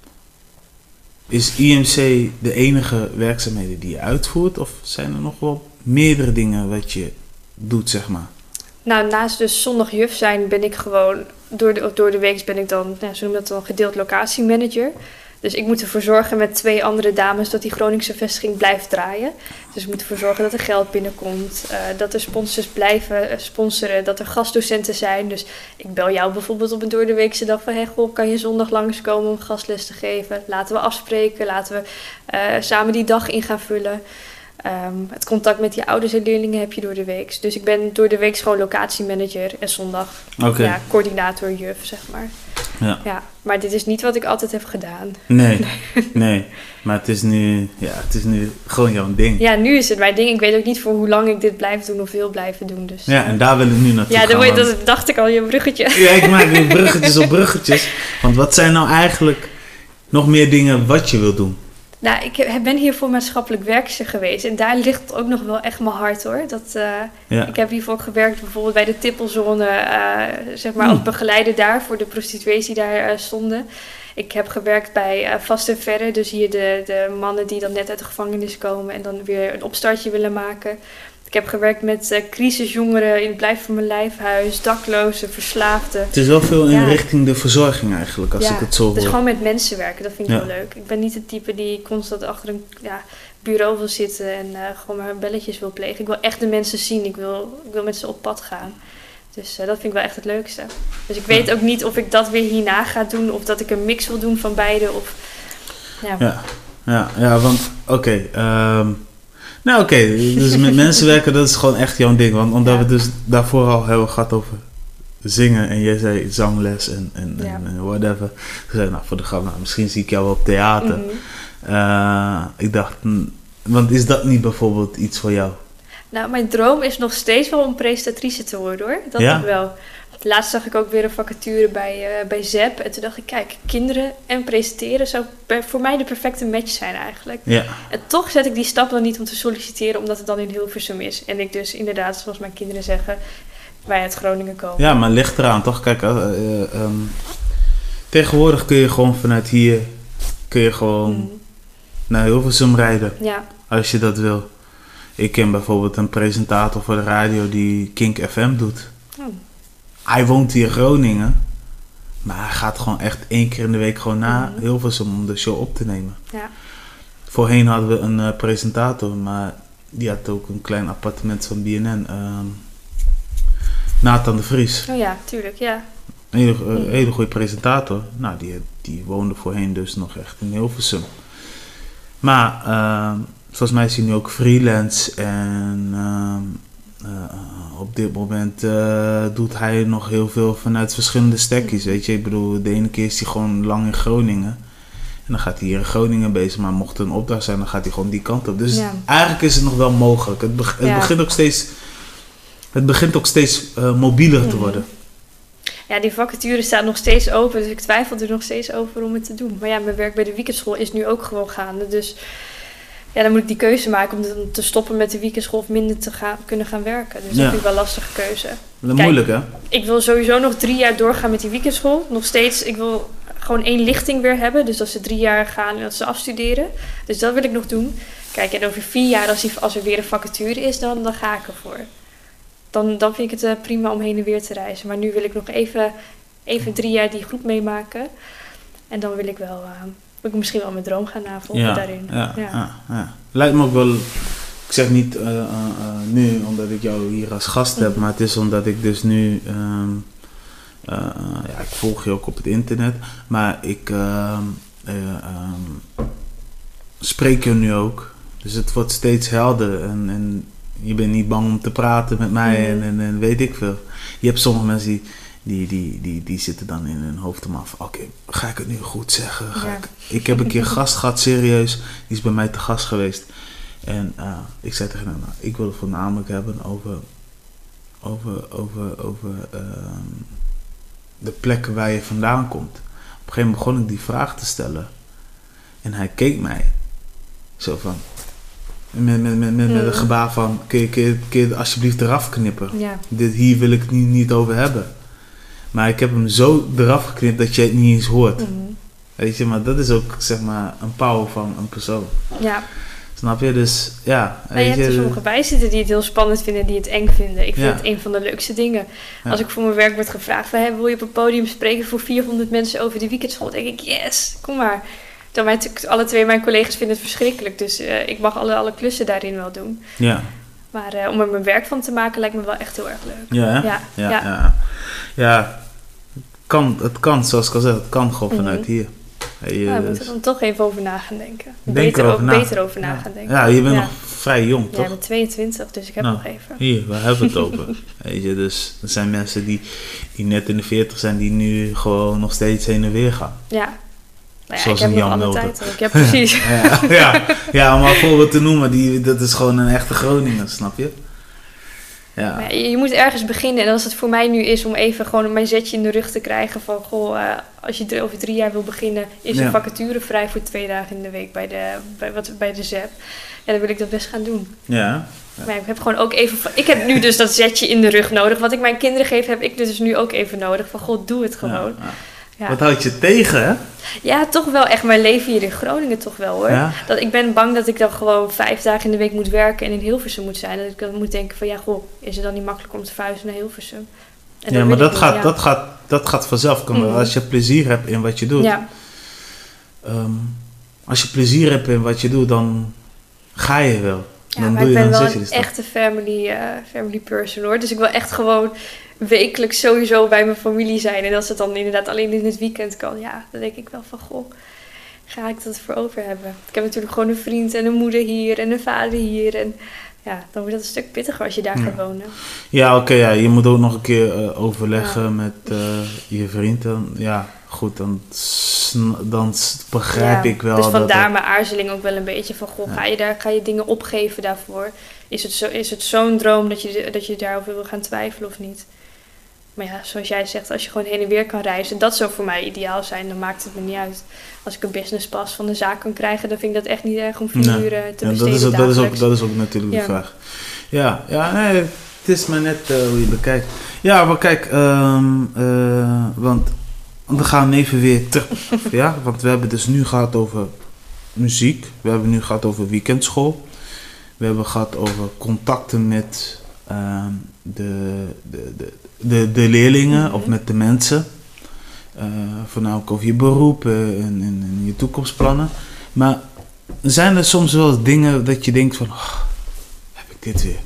is I M C de enige werkzaamheden die je uitvoert? Of zijn er nog wel meerdere dingen wat je doet, zeg maar? Nou, naast dus zondag juf zijn ben ik gewoon... Door de, door de week ben ik dan, nou, zo noemen dat dan, gedeeld locatiemanager. Dus ik moet ervoor zorgen met twee andere dames dat die Groningse vestiging blijft draaien. Dus ik moet ervoor zorgen dat er geld binnenkomt, uh, dat er sponsors blijven uh, sponsoren, dat er gastdocenten zijn. Dus ik bel jou bijvoorbeeld op een doordeweekse dag van, hey, goh, kan je zondag langskomen om gastles te geven? Laten we afspreken, laten we uh, samen die dag in gaan vullen. Um, het contact met die ouders en leerlingen heb je door de week. Dus ik ben door de week gewoon locatiemanager en zondag okay. ja, coördinator juf, zeg maar. Ja. ja. Maar dit is niet wat ik altijd heb gedaan. Nee, nee. nee. Maar het is, nu, ja, het is nu gewoon jouw ding. Ja, nu is het mijn ding. Ik weet ook niet voor hoe lang ik dit blijf doen of wil blijven doen. Dus, ja, en daar wil ik nu naartoe ja, gaan. Ja, dat dacht ik al, je bruggetje. Ja, ik maak nu bruggetjes op bruggetjes. Want wat zijn nou eigenlijk nog meer dingen wat je wil doen? Nou, ik ben hiervoor maatschappelijk werkster geweest. En daar ligt ook nog wel echt mijn hart, hoor. Dat, uh, ja. Ik heb hiervoor gewerkt bijvoorbeeld bij de Tippelzone. Uh, zeg maar, hmm. als begeleider daar voor de prostituees die daar uh, stonden. Ik heb gewerkt bij uh, Vast en Verre. Dus hier de, de mannen die dan net uit de gevangenis komen en dan weer een opstartje willen maken. Ik heb gewerkt met uh, crisisjongeren in het Blijf van mijn Lijfhuis, daklozen, verslaafden. Het is wel veel in ja. richting de verzorging eigenlijk, als ja, ik het zo hoor. Dus gewoon met mensen werken, dat vind ik ja. wel leuk. Ik ben niet het type die constant achter een ja, bureau wil zitten en uh, gewoon maar belletjes wil plegen. Ik wil echt de mensen zien, ik wil, ik wil met ze op pad gaan. Dus uh, dat vind ik wel echt het leukste. Dus ik weet ja. ook niet of ik dat weer hierna ga doen of dat ik een mix wil doen van beide. Of, ja. Ja. Ja, ja, want oké... Okay, um... Nou oké, okay, dus met mensen werken, dat is gewoon echt jouw ding. Want omdat ja. we dus daarvoor al hebben gehad over zingen en jij zei zangles en, en, ja. en, en whatever. Toen zei ik, nou voor de grap, nou, misschien zie ik jou wel op theater. Mm-hmm. Uh, ik dacht, want is dat niet bijvoorbeeld iets voor jou? Nou, mijn droom is nog steeds wel om presentatrice te worden, hoor. Dat ja? wel. Laatst zag ik ook weer een vacature bij, uh, bij Z E P. En toen dacht ik, kijk, kinderen en presenteren zou per, voor mij de perfecte match zijn eigenlijk. Ja. En toch zet ik die stap dan niet om te solliciteren, omdat het dan in Hilversum is. En ik dus inderdaad, zoals mijn kinderen zeggen, wij uit Groningen komen. Ja, maar ligt eraan, toch? Kijk, uh, uh, um, tegenwoordig kun je gewoon vanuit hier, kun je gewoon mm. naar Hilversum rijden. Ja. Als je dat wil. Ik ken bijvoorbeeld een presentator voor de radio die Kink F M doet. Oh. Hij woont hier in Groningen, maar hij gaat gewoon echt één keer in de week gewoon naar mm-hmm. Hilversum om de show op te nemen. Ja. Voorheen hadden we een uh, presentator, maar die had ook een klein appartement van B N N. Uh, Nathan de Vries. Oh ja, tuurlijk, ja. Een hele, uh, hele goede presentator. Nou, die, die woonde voorheen dus nog echt in Hilversum. Maar uh, volgens mij is hij nu ook freelance en... Uh, Uh, op dit moment uh, doet hij nog heel veel vanuit verschillende stekjes, weet je. Ik bedoel, de ene keer is hij gewoon lang in Groningen. En dan gaat hij hier in Groningen bezig, maar mocht er een opdracht zijn, dan gaat hij gewoon die kant op. Dus ja. eigenlijk is het nog wel mogelijk. Het, be- het, ja. begint, ook steeds, het begint ook steeds uh, mobieler mm-hmm. te worden. Ja, die vacature staat nog steeds open, dus ik twijfel er nog steeds over om het te doen. Maar ja, mijn werk bij de weekendschool is nu ook gewoon gaande, dus... Ja, dan moet ik die keuze maken om te stoppen met de weekendschool of minder te gaan, kunnen gaan werken. Dus ja. dat vind ik wel een lastige keuze. Dat is moeilijk, hè? Ik wil sowieso nog drie jaar doorgaan met die weekendschool. Nog steeds, ik wil gewoon één lichting weer hebben. Dus dat ze drie jaar gaan en dat ze afstuderen. Dus dat wil ik nog doen. Kijk, en over vier jaar, als, die, als er weer een vacature is, dan, dan ga ik ervoor. Dan, dan vind ik het uh, prima om heen en weer te reizen. Maar nu wil ik nog even, even drie jaar die groep meemaken. En dan wil ik wel... Uh, wil ik misschien wel mijn droom gaan navolgen ja, daarin. Ja, ja. Ja, ja. Lijkt me ook wel... Ik zeg niet uh, uh, uh, nu omdat ik jou hier als gast heb, mm. maar het is omdat ik dus nu... Um, uh, ja, ik volg je ook op het internet, maar ik uh, uh, um, spreek je nu ook. Dus het wordt steeds helder en, en je bent niet bang om te praten met mij mm. en, en, en weet ik veel. Je hebt sommige mensen die... Die, die, die, die zitten dan in hun hoofd om af. Oké, okay, ga ik het nu goed zeggen? Ga ja. ik... ik heb een keer gast gehad, serieus. Die is bij mij te gast geweest. En uh, ik zei tegen hem, nou, ik wil het voornamelijk hebben over, over, over, over uh, de plekken waar je vandaan komt. Op een gegeven moment begon ik die vraag te stellen. En hij keek mij. Zo van... Met, met, met, met, met een gebaar van, kun je, kun je, kun je alsjeblieft eraf knippen? Ja. Dit, hier wil ik het niet, niet over hebben. Maar ik heb hem zo eraf geknipt dat je het niet eens hoort. Mm-hmm. Weet je, maar dat is ook zeg maar een power van een persoon. Ja. Snap je? Dus ja. Maar je hebt er sommige bij zitten die het heel spannend vinden, die het eng vinden. Ik vind ja. het een van de leukste dingen. Ja. Als ik voor mijn werk word gevraagd, van, hey, wil je op een podium spreken voor vierhonderd mensen over de weekendschool? Dan denk ik, yes, kom maar. Dan mijn, alle twee mijn collega's vinden het verschrikkelijk. Dus uh, ik mag alle, alle klussen daarin wel doen. Ja. Maar uh, om er mijn werk van te maken lijkt me wel echt heel erg leuk. Ja, hè? Ja. Ja, ja. ja. ja. Kan, het kan, zoals ik al zei, het kan gewoon vanuit mm-hmm. hier. Hey, ja, uh, we moeten er dan toch even over na gaan denken. Denk beter, over, na. beter over na ja. gaan denken. Ja, je bent ja. nog vrij jong, toch? Ja, ik ben tweeëntwintig, dus ik heb nou, nog even. Hier, waar hebben we het over? Weet je, dus er zijn mensen die, die net in de veertig zijn, die nu gewoon nog steeds heen en weer gaan. Ja. Nou ja, Zoals ik heb een nog Jan alle Mulder. tijd ook. Ja, precies. ja, ja, ja, om maar een voorbeeld te noemen, die, dat is gewoon een echte Groninger, snap je? Ja. Maar je, je moet ergens beginnen. En als het voor mij nu is om even gewoon mijn zetje in de rug te krijgen van... Goh, uh, als je drie, over drie jaar wil beginnen, is ja. een vacature vrij voor twee dagen in de week bij de, bij, wat, bij de Z E P. Ja, dan wil ik dat best gaan doen. Ja. Ja. Maar ik heb gewoon ook even... Ik heb nu dus dat zetje in de rug nodig. Wat ik mijn kinderen geef, heb ik dus nu ook even nodig. Van, god, doe het gewoon. Ja, ja. Ja. Wat houd je tegen, hè? Ja, toch wel echt mijn leven hier in Groningen toch wel, hoor. Ja? Dat, ik ben bang dat ik dan gewoon vijf dagen in de week moet werken en in Hilversum moet zijn. Dat ik dan moet denken van, ja, goh, is het dan niet makkelijk om te verhuizen naar Hilversum? En Ja, maar dat niet, gaat, ja. dat, gaat, dat gaat vanzelf komen. Mm. Als je plezier hebt in wat je doet. Ja. Um, als je plezier hebt in wat je doet, dan ga je wel. Ja, dan maar doe ik je, ben dan wel zet je een de stap. echte family, uh, family person, hoor. Dus ik wil echt gewoon wekelijks sowieso bij mijn familie zijn. En als het dan inderdaad alleen in het weekend kan, ja, dan denk ik wel van, goh, ga ik dat voor over hebben? Ik heb natuurlijk gewoon een vriend en een moeder hier en een vader hier. En ja, dan wordt dat een stuk pittiger als je daar ja. gaat wonen. Ja, oké, okay, ja. Je moet ook nog een keer uh, overleggen ja. met uh, je vriend. Dan, ja, goed, dan, dan begrijp ja, ik wel. Dus vandaar dat mijn aarzeling ook wel een beetje van, goh, ja. ga je daar, ga je dingen opgeven daarvoor? Is het, zo, is het zo'n droom dat je, dat je daarover wil gaan twijfelen of niet? Maar ja, zoals jij zegt, als je gewoon heen en weer kan reizen, dat zou voor mij ideaal zijn, dan maakt het me niet uit. Als ik een businesspas van de zaak kan krijgen, dan vind ik dat echt niet erg om vier nee. uur te ja, besteden dat, is, dat, is ook, dat is ook natuurlijk ja. de vraag. Ja, ja nee, het is maar net uh, hoe je bekijkt. Ja, maar kijk, um, uh, want dan gaan we even weer terug. Ja, want we hebben dus nu gehad over muziek, we hebben nu gehad over weekendschool, we hebben gehad over contacten met uh, de, de, de, de, de leerlingen mm-hmm. of met de mensen. Uh, voornamelijk over je beroep en, en, en je toekomstplannen. Maar zijn er soms wel dingen dat je denkt van, oh, heb ik dit weer?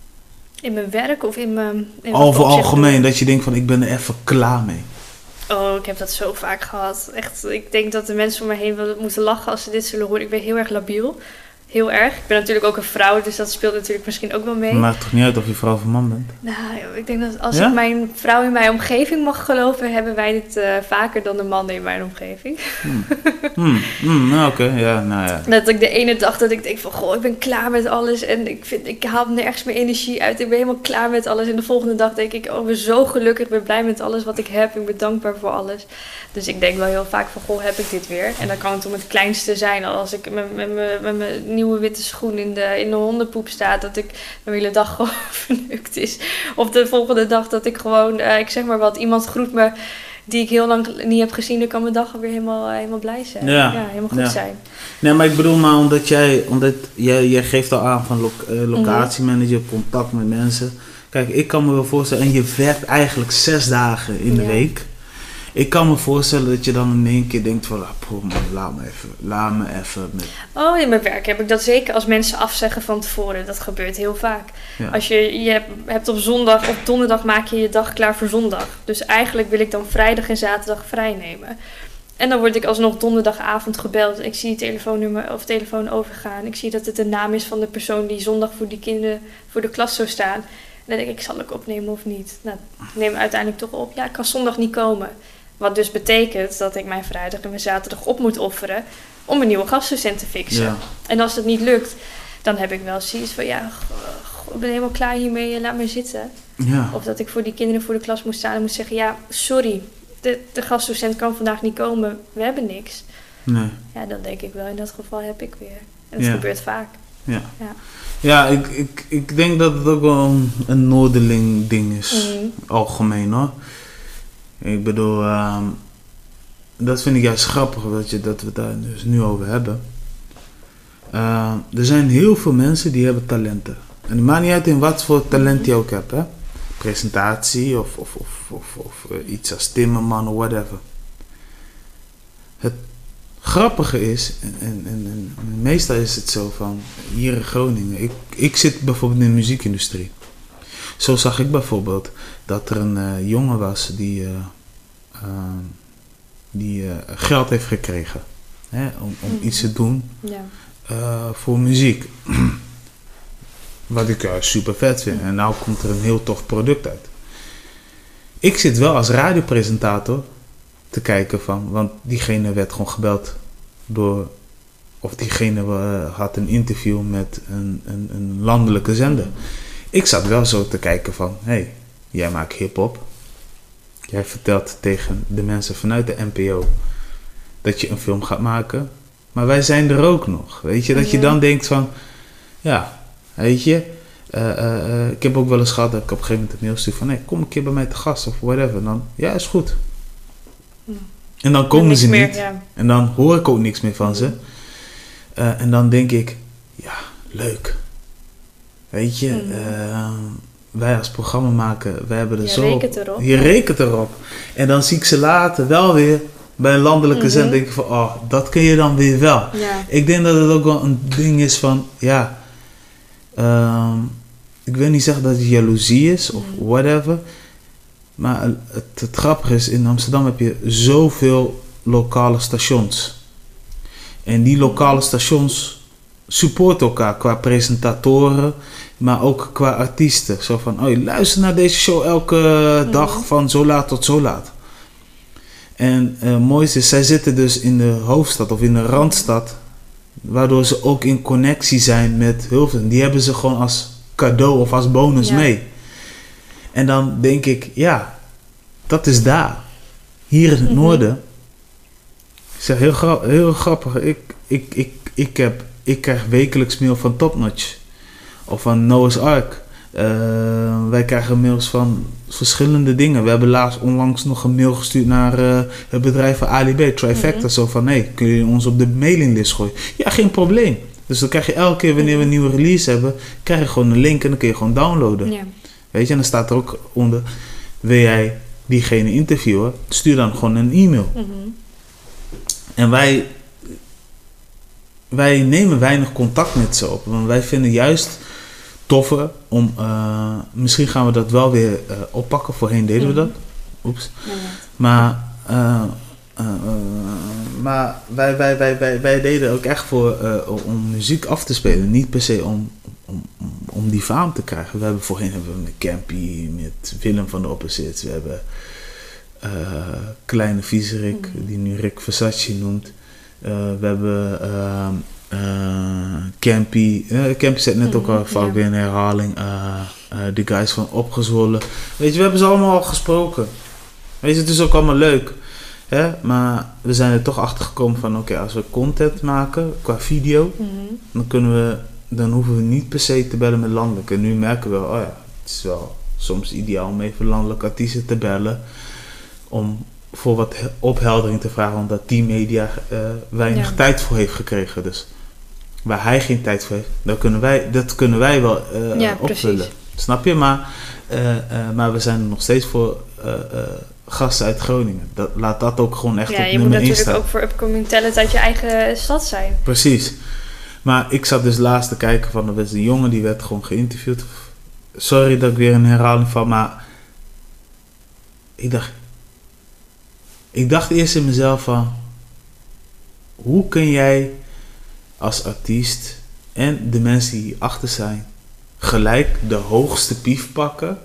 In mijn werk of in mijn... In Over algemeen, dat je denkt van, ik ben er even klaar mee. Oh, ik heb dat zo vaak gehad. Echt, ik denk dat de mensen om me heen wel moeten lachen als ze dit zullen horen. Ik ben heel erg labiel. Heel erg. Ik ben natuurlijk ook een vrouw, dus dat speelt natuurlijk misschien ook wel mee. Het maakt toch niet uit of je vrouw of man bent? Nou, ik denk dat als ja? ik mijn vrouw in mijn omgeving mag geloven, hebben wij dit uh, vaker dan de mannen in mijn omgeving. Hmm. hmm. hmm. Nou, oké. Okay. Ja, nou ja. Dat ik de ene dag dat ik denk van, goh, ik ben klaar met alles en ik, vind, ik haal nergens meer energie uit. Ik ben helemaal klaar met alles. En de volgende dag denk ik, oh, ik ben zo gelukkig, ik ben blij met alles wat ik heb. Ik ben dankbaar voor alles. Dus ik denk wel heel vaak van, goh, heb ik dit weer? En dan kan het om het kleinste zijn. Als ik met, met, met, met mijn nieuwe witte schoen in de, in de hondenpoep sta, dat ik mijn hele dag gewoon vernukt is. Of de volgende dag dat ik gewoon, uh, ik zeg maar wat, iemand groet me die ik heel lang niet heb gezien, dan kan mijn dag alweer helemaal, uh, helemaal blij zijn. Ja, ja helemaal goed ja. zijn. Nee, maar ik bedoel maar omdat jij, omdat jij, jij geeft al aan van lo, uh, locatiemanager, contact met mensen. Kijk, ik kan me wel voorstellen, en je werkt eigenlijk zes dagen in de ja. week. Ik kan me voorstellen dat je dan in één keer denkt van, ah, poh, man, laat me even, laat me even met... Oh, in mijn werk heb ik dat zeker als mensen afzeggen van tevoren. Dat gebeurt heel vaak. Ja. Als je, je hebt, hebt op zondag, op donderdag maak je je dag klaar voor zondag. Dus eigenlijk wil ik dan vrijdag en zaterdag vrij nemen. En dan word ik alsnog donderdagavond gebeld. Ik zie het telefoonnummer of telefoon overgaan. Ik zie dat het de naam is van de persoon die zondag voor die kinderen voor de klas zou staan. En dan denk ik, zal ik opnemen of niet? Nou, ik neem uiteindelijk toch op. Ja, ik kan zondag niet komen. Wat dus betekent dat ik mijn vrijdag en mijn zaterdag op moet offeren om een nieuwe gastdocent te fixen. Ja. En als dat niet lukt, dan heb ik wel zoiets van, ja, ik ben helemaal klaar hiermee, laat me zitten. Ja. Of dat ik voor die kinderen voor de klas moet staan en moet zeggen, ja, sorry, de, de gastdocent kan vandaag niet komen, we hebben niks. Nee. Ja, dan denk ik wel, in dat geval heb ik weer. En dat ja. gebeurt vaak. Ja, ja. ja ik, ik, ik denk dat het ook wel een, een Noorderling ding is, mm-hmm. algemeen hoor. Ik bedoel, uh, dat vind ik juist grappig dat, je, dat we het daar dus nu over hebben. Uh, er zijn heel veel mensen die hebben talenten. En het maakt niet uit in wat voor talent je ook hebt. Hè? Presentatie of, of, of, of, of uh, iets als timmerman of whatever. Het grappige is, en, en, en, en meestal is het zo van, hier in Groningen. Ik, ik zit bijvoorbeeld in de muziekindustrie. Zo zag ik bijvoorbeeld dat er een uh, jongen was die uh, uh, die uh, geld heeft gekregen. Hè, om om mm. iets te doen ja. uh, voor muziek. Wat ik uh, super vet vind. Mm. En nou komt er een heel tof product uit. Ik zit wel als radiopresentator te kijken van, want diegene werd gewoon gebeld door, of diegene uh, had een interview met een, een, een landelijke zender. Mm. Ik zat wel zo te kijken van, hé, hey, jij maakt hiphop. Jij vertelt tegen de mensen vanuit de N P O dat je een film gaat maken. Maar wij zijn er ook nog. Weet je, dat ja. je dan denkt van, ja, weet je, uh, uh, uh, ik heb ook wel eens gehad dat ik op een gegeven moment een mail stuur van, nee, kom een keer bij mij te gast of whatever. En dan, ja, is goed. Ja. En dan komen en ze meer, niet. Ja. En dan hoor ik ook niks meer van ja. ze. Uh, en dan denk ik, ja, leuk. Weet je, ja. uh, wij als programma maken, wij hebben er je zo... Je rekent erop. Je rekent erop. En dan zie ik ze later wel weer bij een landelijke mm-hmm. zender. Denk ik van, oh, dat kun je dan weer wel. Ja. Ik denk dat het ook wel een ding is van, ja... Um, ik wil niet zeggen dat het jaloezie is of mm. whatever. Maar het, het grappige is, in Amsterdam heb je zoveel lokale stations. En die lokale stations supporten elkaar qua presentatoren, maar ook qua artiesten. Zo van, oh, luister naar deze show elke mm. dag van zo laat tot zo laat. En het uh, mooiste is, zij zitten dus in de hoofdstad of in de Randstad, waardoor ze ook in connectie zijn met Hilversum. Die hebben ze gewoon als cadeau of als bonus ja. mee. En dan denk ik, ja, dat is daar. Hier in het mm-hmm. noorden. Ik zeg heel, gra- heel grappig. Ik, ik, ik, ik, heb, ik krijg wekelijks mail van Topnotch. Of van Noah's Ark. Uh, wij krijgen mails van verschillende dingen. We hebben laatst onlangs nog een mail gestuurd naar uh, het bedrijf van Ali B, Trifecta. Mm-hmm. Zo van, nee, kun je ons op de mailinglist gooien? Ja, geen probleem. Dus dan krijg je elke keer wanneer we een nieuwe release hebben, krijg je gewoon een link en dan kun je gewoon downloaden. Ja. Weet je, en dan staat er ook onder, wil jij diegene interviewen? Stuur dan gewoon een e-mail. Mm-hmm. En wij, wij nemen weinig contact met ze op. Want wij vinden juist toffer om, uh, misschien gaan we dat wel weer uh, oppakken. Voorheen deden mm-hmm. we dat. Oeps. Ja, ja. Maar, uh, uh, uh, maar wij, wij, wij, wij, wij deden ook echt voor uh, om muziek af te spelen. Niet per se om, om, om, om die faam te krijgen. We hebben voorheen hebben we met Campy, met Willem van de Opposites. We hebben uh, Kleine Viezerik, mm-hmm. die nu Rick Versace noemt. Uh, we hebben uh, uh, Campy. Uh, Campy zet net mm-hmm. ook al vaak yeah. weer een herhaling. Uh, uh, de guys van Opgezwollen. Weet je, we hebben ze allemaal al gesproken. Weet je, het is ook allemaal leuk. Hè? Maar we zijn er toch achter gekomen van, oké, okay, als we content maken qua video, mm-hmm. dan kunnen we, dan hoeven we niet per se te bellen met landelijke. En nu merken we, oh ja, het is wel soms ideaal om even landelijke artiesten te bellen. Om voor wat opheldering te vragen, omdat die media uh, weinig ja. tijd voor heeft gekregen. Dus waar hij geen tijd voor heeft, dan kunnen wij, dat kunnen wij wel uh, ja, opvullen. Precies. Snap je? Maar, uh, uh, maar we zijn er nog steeds voor uh, uh, gasten uit Groningen. Dat, laat dat ook gewoon echt ja, op nummer één staan. Ja, je moet staan. natuurlijk ook voor upcoming talent uit je eigen stad zijn. Precies. Maar ik zat dus laatst te kijken van, er was een jongen die werd gewoon geïnterviewd. Sorry dat ik weer een herhaling van, maar ik dacht, ik dacht eerst in mezelf van, hoe kun jij als artiest en de mensen die hierachter zijn gelijk de hoogste pief pakken,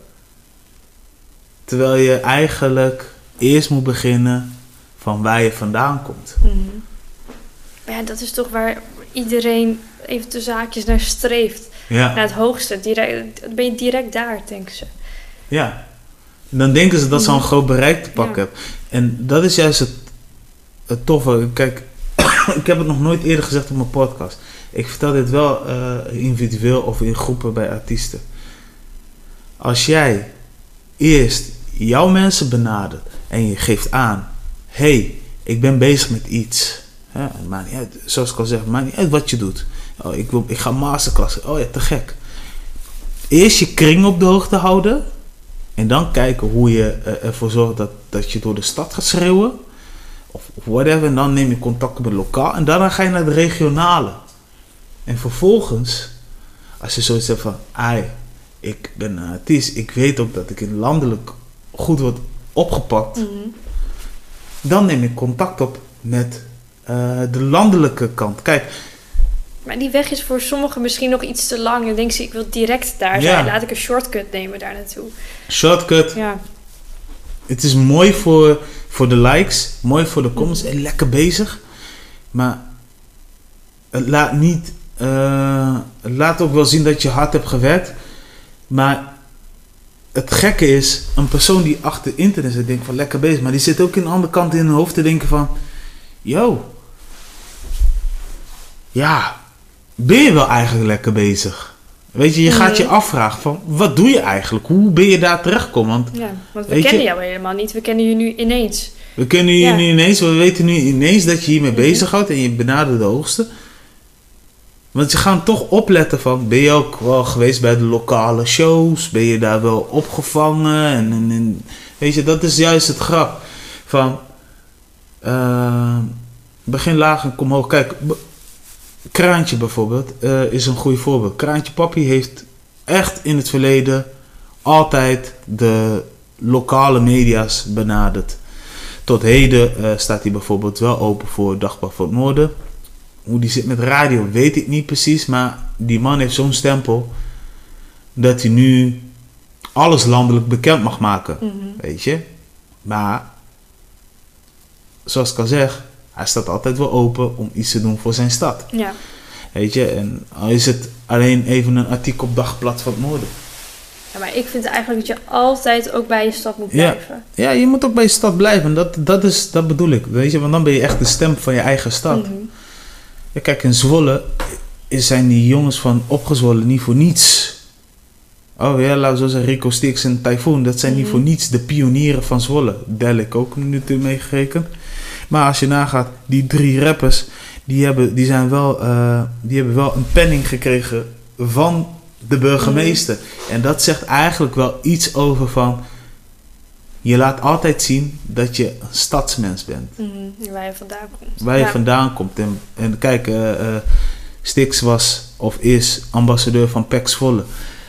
terwijl je eigenlijk eerst moet beginnen van waar je vandaan komt. Mm-hmm. Ja, dat is toch waar iedereen even de zaakjes naar streeft. Ja. Naar het hoogste. Direct, ben je direct daar, denken ze. Ja. En dan denken ze dat ze al een groot bereik te pakken ja. hebben. En dat is juist het, het toffe. Kijk, ik heb het nog nooit eerder gezegd op mijn podcast. Ik vertel dit wel uh, individueel of in groepen bij artiesten. Als jij eerst jouw mensen benadert en je geeft aan, hey, ik ben bezig met iets. Ja, het maakt niet uit, zoals ik al zeg, het maakt niet uit wat je doet. Oh, ik, wil, ik ga masterclassen. Oh ja, te gek. Eerst je kring op de hoogte houden. En dan kijken hoe je uh, ervoor zorgt dat, dat je door de stad gaat schreeuwen. Of, of whatever. En dan neem je contact met lokaal. En daarna ga je naar de regionale. En vervolgens, als je zoiets hebt van, ai, ik ben een artiest. Ik weet ook dat ik in landelijk goed word opgepakt. Mm-hmm. dan neem ik contact op met uh, de landelijke kant. Kijk. Maar die weg is voor sommigen misschien nog iets te lang. Dan denken ze, ik wil direct daar zijn. Ja. Laat ik een shortcut nemen daar naartoe. Shortcut. Ja. Het is mooi voor, voor de likes. Mooi voor de comments. En lekker bezig. Maar het laat niet... Uh, het laat ook wel zien dat je hard hebt gewerkt. Maar het gekke is... Een persoon die achter internet zit, denkt van lekker bezig. Maar die zit ook in de andere kant in hun hoofd te denken van... Yo. Ja... Ben je wel eigenlijk lekker bezig? Weet je, je gaat je afvragen van... Wat doe je eigenlijk? Hoe ben je daar terechtgekomen? Want, ja, want we kennen je, jou helemaal niet. We kennen je nu ineens. We kennen je ja. nu ineens. We weten nu ineens dat je hiermee mm-hmm. bezighoudt. En je benadert de hoogste. Want je gaat toch opletten van... Ben je ook wel geweest bij de lokale shows? Ben je daar wel opgevangen? En, en, en weet je, dat is juist het grap. Van... Uh, begin laag en kom hoog. Kijk... Kraantje bijvoorbeeld uh, is een goed voorbeeld. Kraantje Papi heeft echt in het verleden altijd de lokale media's benaderd. Tot heden uh, staat hij bijvoorbeeld wel open voor Dagblad van het Noorden. Hoe die zit met radio weet ik niet precies, maar die man heeft zo'n stempel dat hij nu alles landelijk bekend mag maken. Mm-hmm. Weet je? Maar zoals ik al zeg, hij staat altijd wel open om iets te doen voor zijn stad. Ja. Weet je, en al is het alleen even een artikel op Dagblad van het Noorden. Ja, maar ik vind eigenlijk dat je altijd ook bij je stad moet blijven. Ja, ja, je moet ook bij je stad blijven. Dat, dat, is, dat bedoel ik. Weet je, want dan ben je echt de stem van je eigen stad. Mm-hmm. Ja, kijk, in Zwolle zijn die jongens van Opgezwollen niet voor niets. Oh ja, laten we zo zeggen, Rico Stix en Typhoon. Dat zijn mm-hmm. niet voor niets de pionieren van Zwolle. Delik ook natuurlijk meegerekend. Maar als je nagaat, die drie rappers, die hebben, die zijn wel, uh, die hebben wel een penning gekregen van de burgemeester. Mm. En dat zegt eigenlijk wel iets over van, je laat altijd zien dat je een stadsmens bent. Mm, waar je vandaan komt. Waar je ja. vandaan komt. En, en kijk, uh, uh, Stix was of is ambassadeur van P E C Zwolle.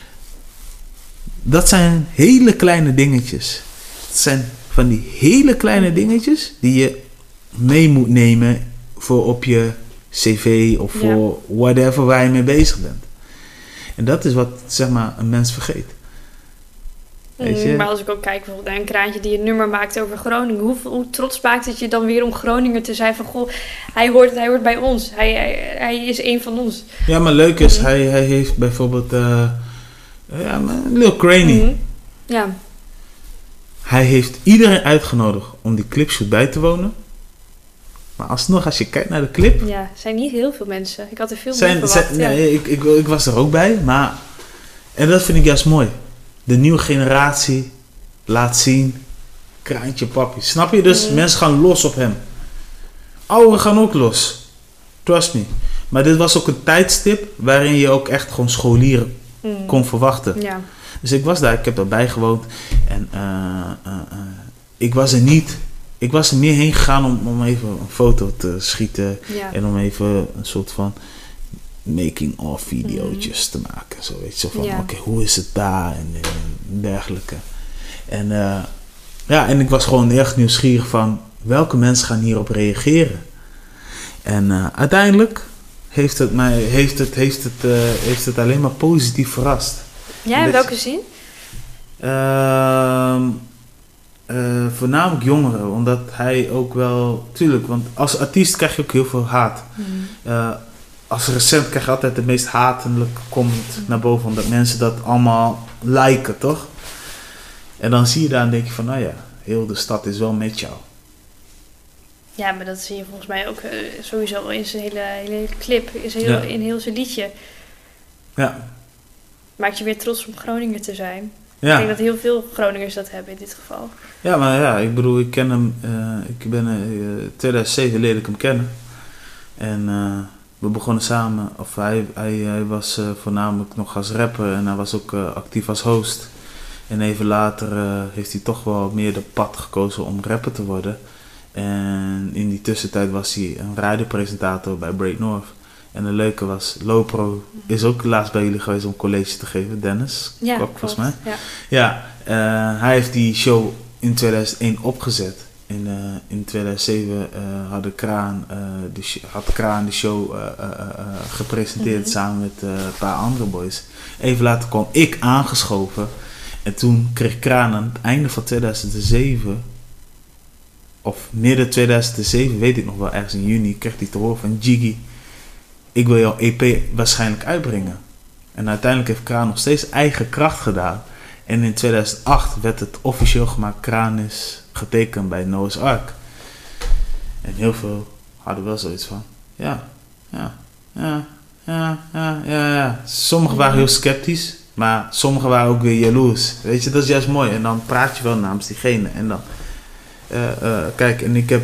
Dat zijn hele kleine dingetjes. Het zijn van die hele kleine dingetjes die je mee moet nemen voor op je cv of voor ja. whatever waar je mee bezig bent. En dat is wat, zeg maar, een mens vergeet. Weet je? Mm, maar als ik ook kijk bijvoorbeeld naar een kraantje die een nummer maakt over Groningen. Hoe, hoe trots maakt het je dan weer om Groningen te zijn van, goh, hij hoort, hij hoort bij ons. Hij, hij, hij is een van ons. Ja, maar leuk is, mm-hmm. hij, hij heeft bijvoorbeeld uh, ja, Lil Craney. Mm-hmm. Ja. Hij heeft iedereen uitgenodigd om die clipshoot bij te wonen. Maar alsnog, als je kijkt naar de clip... Ja, zijn niet heel veel mensen. Ik had er veel zijn, meer verwacht. Zijn, ja. Nee, ik, ik, ik was er ook bij. Maar... En dat vind ik juist mooi. De nieuwe generatie laat zien... Kraantje Papi. Snap je? Dus mm. mensen gaan los op hem. Ouderen gaan ook los. Trust me. Maar dit was ook een tijdstip... waarin je ook echt gewoon scholieren mm. kon verwachten. Ja. Dus ik was daar. Ik heb daarbij gewoond. En uh, uh, uh, ik was er niet... Ik was er meer heen gegaan om, om even een foto te schieten. Ja. En om even een soort van making-of videootjes mm. te maken. Zo, weet je, zo van, ja. oké, okay, hoe is het daar? En, en dergelijke. En, uh, ja, en ik was gewoon erg nieuwsgierig van, welke mensen gaan hierop reageren? En uh, uiteindelijk heeft het, mij, heeft, het, heeft, het, uh, heeft het alleen maar positief verrast. Ja, in welke zin? Uh, Uh, voornamelijk jongeren, omdat hij ook wel... Tuurlijk, want als artiest krijg je ook heel veel haat. Mm. Uh, als recent krijg je altijd de meest hatelijke comment mm. naar boven, omdat mensen dat allemaal liken, toch? En dan zie je daar en denk je van, nou ja, heel de stad is wel met jou. Ja, maar dat zie je volgens mij ook uh, sowieso in zijn hele, hele clip, in, zijn heel, ja. in heel zijn liedje. Ja. Maakt je weer trots om Groningen te zijn. Ja. Ik denk dat heel veel Groningers dat hebben in dit geval. Ja, maar ja, ik bedoel, ik ken hem, uh, ik ben in uh, tweeduizend zeven leerde ik hem kennen. En uh, we begonnen samen, of hij, hij, hij was uh, voornamelijk nog als rapper en hij was ook uh, actief als host. En even later uh, heeft hij toch wel meer de pad gekozen om rapper te worden. En in die tussentijd was hij een radiopresentator bij Break North. En het leuke was, Lopro is ook laatst bij jullie geweest om college te geven. Dennis, ja, Kok, volgens mij. Ja, ja uh, hij heeft die show in tweeduizend één opgezet. in, uh, in tweeduizend zeven uh, had, de Kraan, uh, de sh- had Kraan de show uh, uh, uh, gepresenteerd mm-hmm. samen met uh, een paar andere boys. Even later kwam ik aangeschoven. En toen kreeg Kraan aan het einde van tweeduizend zeven, of midden tweeduizend zeven, weet ik nog wel, ergens in juni, kreeg hij te horen van Jiggy, ik wil jouw E P waarschijnlijk uitbrengen. En uiteindelijk heeft Kraan nog steeds eigen kracht gedaan. En in tweeduizend acht werd het officieel gemaakt, Kraan is getekend bij Noah's Ark. En heel veel hadden wel zoiets van, ja, ja, ja, ja, ja, ja, ja. Sommigen waren heel sceptisch, maar sommigen waren ook weer jaloers. Weet je, dat is juist mooi. En dan praat je wel namens diegene. En dan, uh, uh, kijk, en ik heb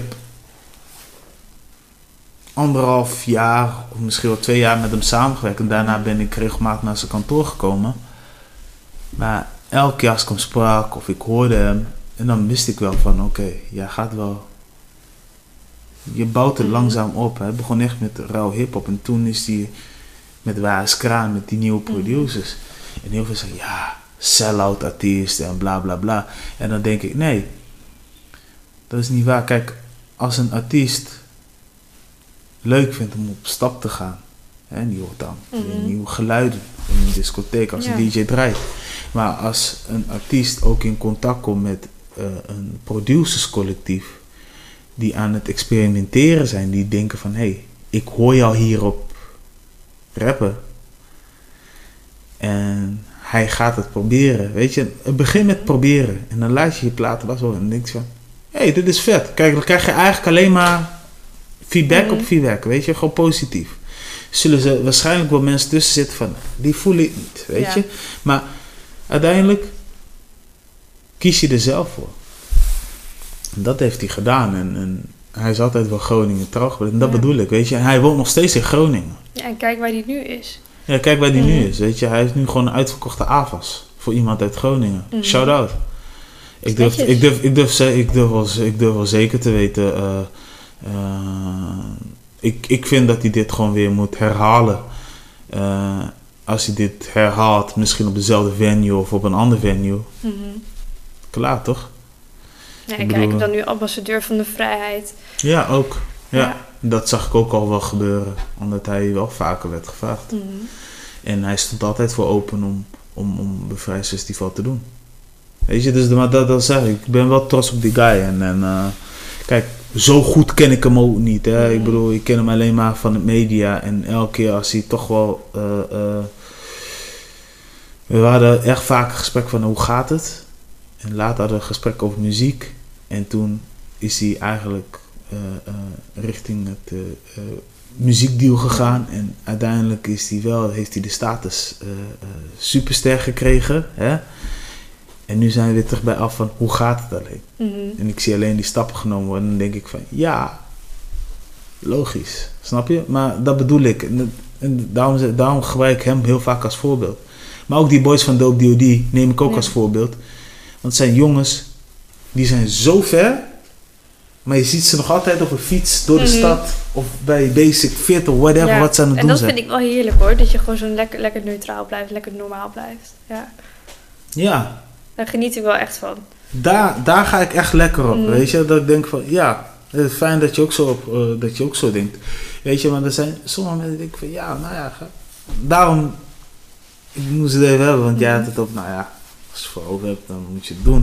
anderhalf jaar, of misschien wel twee jaar met hem samengewerkt. En daarna ben ik regelmatig naar zijn kantoor gekomen. Maar elke keer als ik hem sprak of ik hoorde hem, en dan wist ik wel van, oké, okay, jij gaat wel, je bouwt het langzaam op. Hij begon echt met rauw hiphop en toen is hij met Waar is Kraan, met die nieuwe producers. En heel veel zeggen, ja, sell-out artiest en bla bla bla. En dan denk ik, nee, dat is niet waar. Kijk, als een artiest leuk vindt om op stap te gaan, hè, die hoort dan mm-hmm. nieuwe geluiden in een discotheek als ja. een D J draait. Maar als een artiest ook in contact komt met uh, een producerscollectief die aan het experimenteren zijn, die denken van, hé, hey, ik hoor jou hierop rappen en hij gaat het proberen, weet je, het begint met proberen en dan laat je je platen pas horen en dan denk je van, hé, hey, dit is vet. Kijk, dan krijg je eigenlijk alleen maar feedback mm-hmm. op feedback, weet je, gewoon positief. Zullen ze waarschijnlijk wel mensen tussen zitten van, die voelen het niet, weet ja. je, maar uiteindelijk kies je er zelf voor. En dat heeft hij gedaan. En, en hij is altijd wel Groningen trouw gebleven. En dat ja. bedoel ik, weet je. En hij woont nog steeds in Groningen. Ja, en kijk waar hij nu is. Ja, kijk waar hij mm-hmm. nu is, weet je. Hij heeft nu gewoon een uitverkochte A V A S. Voor iemand uit Groningen. Mm-hmm. Shout out. Ik durf, ik, durf, ik, durf, ik, durf wel, ik durf wel zeker te weten. Uh, uh, ik, ik vind dat hij dit gewoon weer moet herhalen. Uh, Als hij dit herhaalt, misschien op dezelfde venue of op een ander venue. Mm-hmm. Klaar, toch? Ja, ik kijk dan nu ambassadeur van de vrijheid. Ja, ook. Ja, ja. Dat zag ik ook al wel gebeuren. Omdat hij wel vaker werd gevraagd. Mm-hmm. En hij stond altijd voor open om, om, om bevrijdingsfestival te doen. Weet je, dus maar dat, dat zeg ik. Ik ben wel trots op die guy. En, en uh, kijk, zo goed ken ik hem ook niet. Hè. Mm-hmm. Ik bedoel, ik ken hem alleen maar van de media. En elke keer als hij toch wel... Uh, uh, we hadden echt vaak een gesprek van hoe gaat het? En later hadden we een gesprek over muziek. En toen is hij eigenlijk uh, uh, richting het uh, uh, muziekdeal gegaan. En uiteindelijk is hij wel, heeft hij de status uh, uh, superster gekregen. Hè? En nu zijn we weer terug bij af van hoe gaat het alleen? Mm-hmm. En ik zie alleen die stappen genomen worden. En dan denk ik van ja, logisch. Snap je? Maar dat bedoel ik. En, en daarom, daarom gebruik ik hem heel vaak als voorbeeld. Maar ook die boys van Dope D O D neem ik ook ja. als voorbeeld. Want het zijn jongens, die zijn zo ver. Maar je ziet ze nog altijd op een fiets door de mm-hmm. stad. Of bij Basic Fit of whatever ja. wat ze aan het en doen zijn. En dat vind ik wel heerlijk hoor. Dat je gewoon zo lekker, lekker neutraal blijft. Lekker normaal blijft. Ja. Ja. Daar geniet ik wel echt van. Daar, daar ga ik echt lekker op. Mm. Weet je, dat ik denk van ja. Het is fijn dat je ook zo, op, uh, dat je ook zo denkt. Weet je, maar er zijn sommige mensen die denken van ja, nou ja. Ga. Daarom... Ik moest het even hebben, want jij had het op, nou ja, als je het voor over hebt, dan moet je het doen.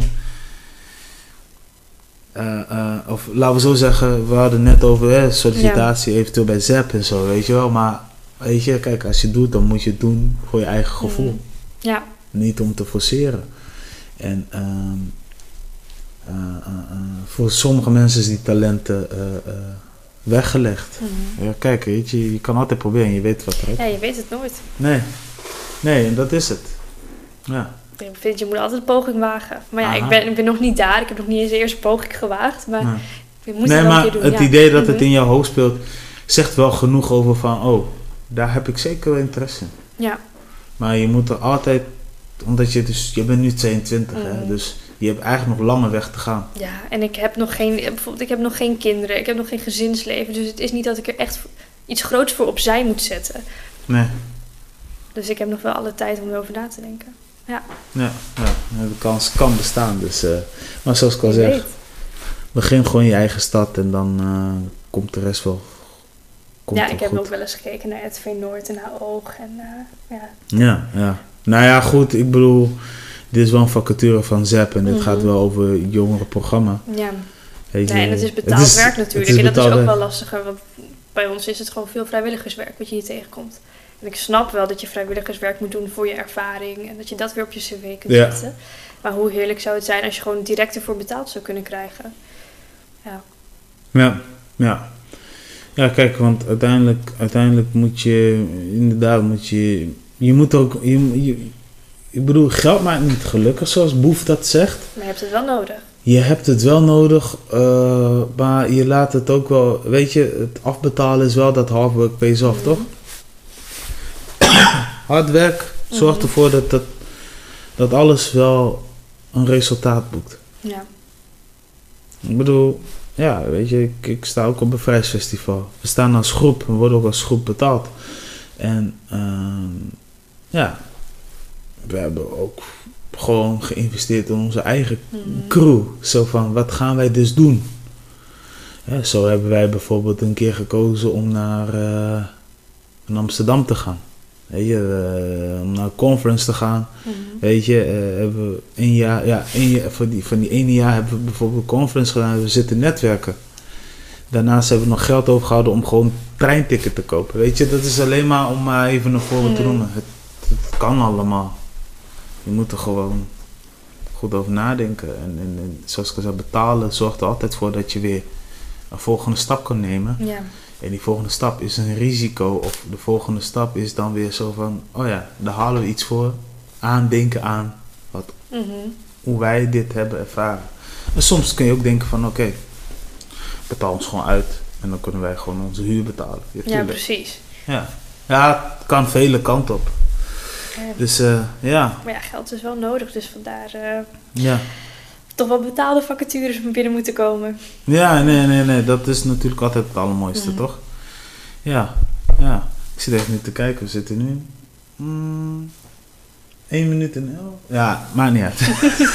Uh, uh, of laten we zo zeggen, we hadden net over hè, sollicitatie ja. eventueel bij Z E P en zo, weet je wel. Maar weet je, kijk, als je het doet, dan moet je het doen voor je eigen gevoel. Ja. Niet om te forceren. En uh, uh, uh, uh, voor sommige mensen is die talenten uh, uh, weggelegd. Mm-hmm. Ja, kijk, weet je, je kan altijd proberen en je weet wat er is. Ja, je weet het nooit. Nee. Nee, en dat is het. Ja. Ik vind, je moet altijd een poging wagen. Maar ja, ik ben, ik ben nog niet daar. Ik heb nog niet eens de eerste poging gewaagd. Maar nee. je moet nee, het maar een keer doen. Het ja. idee dat mm-hmm. het in jouw hoofd speelt, zegt wel genoeg over van, oh, daar heb ik zeker wel interesse in. Ja. Maar je moet er altijd, omdat je dus, je bent nu tweeëntwintig, mm-hmm. hè, dus je hebt eigenlijk nog lange weg te gaan. Ja, en ik heb nog geen, bijvoorbeeld, ik heb nog geen kinderen. Ik heb nog geen gezinsleven. Dus het is niet dat ik er echt iets groots voor opzij moet zetten. Nee. Dus ik heb nog wel alle tijd om erover na te denken. Ja. Ja, ja, de kans kan bestaan. Dus, uh, maar zoals ik al zeg, begin gewoon je eigen stad en dan uh, komt de rest wel. Komt ja, ik heb goed. ook wel eens gekeken naar R T V Noord en naar Oog. En, uh, ja. ja, ja. Nou ja, goed, ik bedoel, dit is wel een vacature van Zep en dit mm-hmm. gaat wel over jongerenprogramma. Ja, Weet je, nee, en het is betaald het is, werk natuurlijk. Is en dat is ook wel lastiger, want bij ons is het gewoon veel vrijwilligerswerk wat je hier tegenkomt. En ik snap wel dat je vrijwilligerswerk moet doen voor je ervaring en dat je dat weer op je cv kunt ja. zetten. Maar hoe heerlijk zou het zijn als je gewoon direct ervoor betaald zou kunnen krijgen. Ja, ja. ja. Ja, kijk, want uiteindelijk, uiteindelijk moet je, inderdaad moet je, je moet ook, je, je, ik bedoel, geld maakt niet gelukkig, zoals Boef dat zegt. Maar je hebt het wel nodig. Je hebt het wel nodig, uh, maar je laat het ook wel, weet je, het afbetalen is wel dat hard work pays off, mm-hmm. toch? Hard werk zorgt mm-hmm. ervoor dat, dat, dat alles wel een resultaat boekt. Ja. Ik bedoel, ja, weet je, ik, ik sta ook op een prijsfestival. We staan als groep, we worden ook als groep betaald. En uh, ja, we hebben ook gewoon geïnvesteerd in onze eigen mm. crew. Zo van, wat gaan wij dus doen? Ja, zo hebben wij bijvoorbeeld een keer gekozen om naar, uh, naar Amsterdam te gaan. Weet je, uh, om naar een conference te gaan. Mm-hmm. Weet je, uh, hebben we een jaar, ja, een jaar, voor die, van die ene jaar hebben we bijvoorbeeld een conference gedaan. We zitten netwerken. Daarnaast hebben we nog geld overgehouden om gewoon treinticket te kopen. Weet je, dat is alleen maar om maar even een voorbeeld te noemen. Het, het kan allemaal. Je moet er gewoon goed over nadenken. En, en, en zoals ik al zei, betalen zorgt er altijd voor dat je weer een volgende stap kan nemen. Ja. En die volgende stap is een risico. Of de volgende stap is dan weer zo van, oh ja, daar halen we iets voor. Aandenken aan wat, mm-hmm. hoe wij dit hebben ervaren. En soms kun je ook denken van, oké, okay, betaal ons gewoon uit. En dan kunnen wij gewoon onze huur betalen. Ja, ja precies. Ja. ja, het kan vele kanten op. Ja. Dus uh, ja. Maar ja, geld is wel nodig. Dus vandaar uh, ja. toch wel betaalde vacatures binnen moeten komen. Ja, nee, nee, nee. Dat is natuurlijk altijd het allermooiste, mm. toch? Ja, ja. Ik zit even nu te kijken. We zitten nu... Mm, één minuut en elf. Ja, maakt niet uit.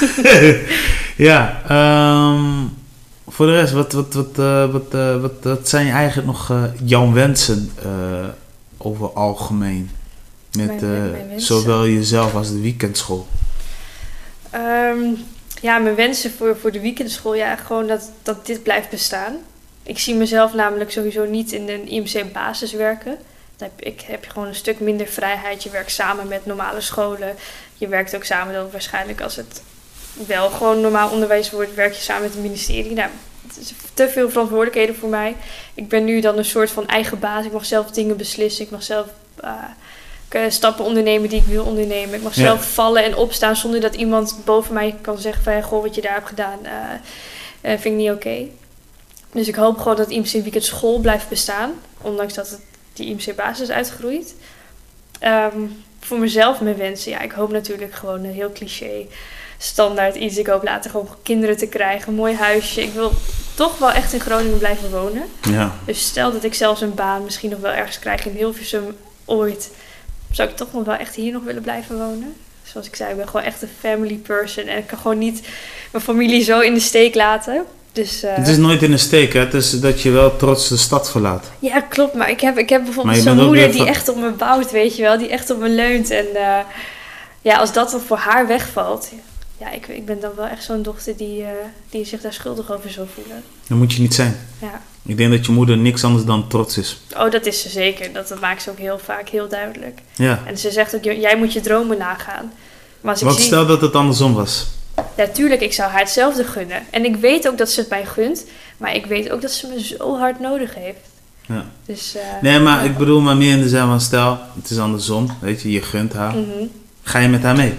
ja, um, voor de rest, wat, wat, wat, uh, wat, uh, wat, wat zijn eigenlijk nog uh, jouw wensen uh, over algemeen? Met mijn, uh, mijn zowel jezelf als de weekendschool. Um, ja, mijn wensen voor, voor de weekendschool, ja, gewoon dat, dat dit blijft bestaan. Ik zie mezelf namelijk sowieso niet in een I M C basis werken. Dan heb, ik heb gewoon een stuk minder vrijheid. Je werkt samen met normale scholen. Je werkt ook samen dan waarschijnlijk als het wel gewoon normaal onderwijs wordt, werk je samen met het ministerie. Nou, het is te veel verantwoordelijkheden voor mij. Ik ben nu dan een soort van eigen baas. Ik mag zelf dingen beslissen. Ik mag zelf uh, stappen ondernemen die ik wil ondernemen. Ik mag ja. zelf vallen en opstaan zonder dat iemand boven mij kan zeggen van, goh, wat je daar hebt gedaan, uh, uh, vind ik niet oké. Okay. Dus ik hoop gewoon dat I M C Weekend School blijft bestaan, ondanks dat het die I M C basis uitgroeit. Um, voor mezelf mijn wensen, ja, ik hoop natuurlijk gewoon een heel cliché standaard iets. Ik hoop later gewoon kinderen te krijgen, een mooi huisje. Ik wil toch wel echt in Groningen blijven wonen. Ja. Dus stel dat ik zelfs een baan misschien nog wel ergens krijg in Hilversum ooit, zou ik toch nog wel echt hier nog willen blijven wonen. Zoals ik zei, ik ben gewoon echt een family person en ik kan gewoon niet mijn familie zo in de steek laten. Dus, uh, het is nooit in de steek, hè? Het is dat je wel trots de stad verlaat. Ja, klopt. Maar ik heb, ik heb bijvoorbeeld zo'n moeder die van... echt op me bouwt, weet je wel. Die echt op me leunt. En uh, ja, als dat dan voor haar wegvalt, ja, ik, ik ben dan wel echt zo'n dochter die, uh, die zich daar schuldig over zou voelen. Dat moet je niet zijn. Ja. Ik denk dat je moeder niks anders dan trots is. Oh, dat is ze zeker. Dat, dat maakt ze ook heel vaak heel duidelijk. Ja. En ze zegt ook, jij moet je dromen nagaan. Maar als Wat ik zie... stel dat het andersom was? Ja, tuurlijk, ik zou haar hetzelfde gunnen. En ik weet ook dat ze het mij gunt. Maar ik weet ook dat ze me zo hard nodig heeft. Ja. Dus, uh, nee, maar ja. ik bedoel maar meer in de zin van, stel, het is andersom. Weet je, je gunt haar. Mm-hmm. Ga je met haar mee?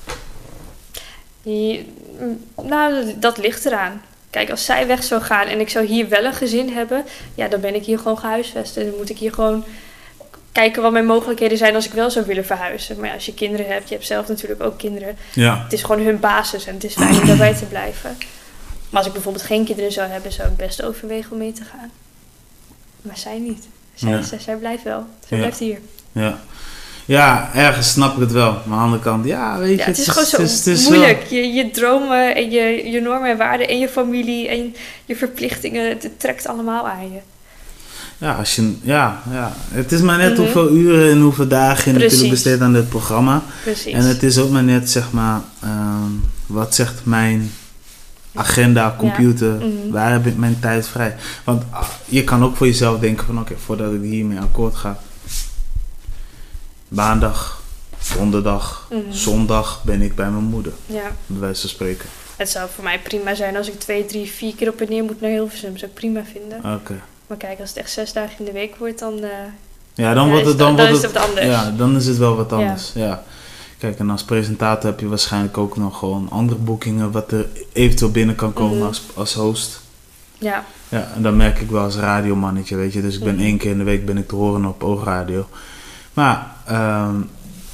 Je, nou, dat ligt eraan. Kijk, als zij weg zou gaan en ik zou hier wel een gezin hebben, ja, dan ben ik hier gewoon gehuisvest. En dan moet ik hier gewoon kijken wat mijn mogelijkheden zijn als ik wel zou willen verhuizen. Maar ja, als je kinderen hebt, je hebt zelf natuurlijk ook kinderen. Ja. Het is gewoon hun basis en het is fijn om daarbij te blijven. Maar als ik bijvoorbeeld geen kinderen zou hebben, zou ik best overwegen om mee te gaan. Maar zij niet. Zij, ja. zij, zij blijft wel. Zij ja. blijft hier. Ja. Ja, ergens snap ik het wel. Maar aan de andere kant, ja, weet je... Ja, het is het gewoon is, zo het is, het is moeilijk. Wel... Je, je dromen en je, je normen en waarden en je familie en je verplichtingen, het trekt allemaal aan je. Ja, als je, ja, ja, het is maar net Mm-hmm. hoeveel uren en hoeveel dagen je Precies. natuurlijk besteedt aan dit programma. Precies. En het is ook maar net, zeg maar, um, wat zegt mijn agenda, computer, Ja. Mm-hmm. waar heb ik mijn tijd vrij? Want uh, je kan ook voor jezelf denken van, oké, okay, voordat ik hiermee akkoord ga, maandag, donderdag, Mm-hmm. zondag ben ik bij mijn moeder, Ja. bij wijze van spreken. Het zou voor mij prima zijn als ik twee, drie, vier keer op en neer moet naar Hilversum. Zou ik prima vinden. Oké. Okay. Maar kijk, als het echt zes dagen in de week wordt, dan, uh, ja, dan ja, wordt het, dan dan wordt is het wat anders. Ja, dan is het wel wat anders. Ja. Ja. Ja. Kijk, en als presentator heb je waarschijnlijk ook nog gewoon andere boekingen wat er eventueel binnen kan komen mm-hmm. als, als host. Ja. Ja, en dan merk ik wel als radiomannetje, weet je. Dus ik ben mm-hmm. één keer in de week ben ik te horen op Oogradio. Maar, um,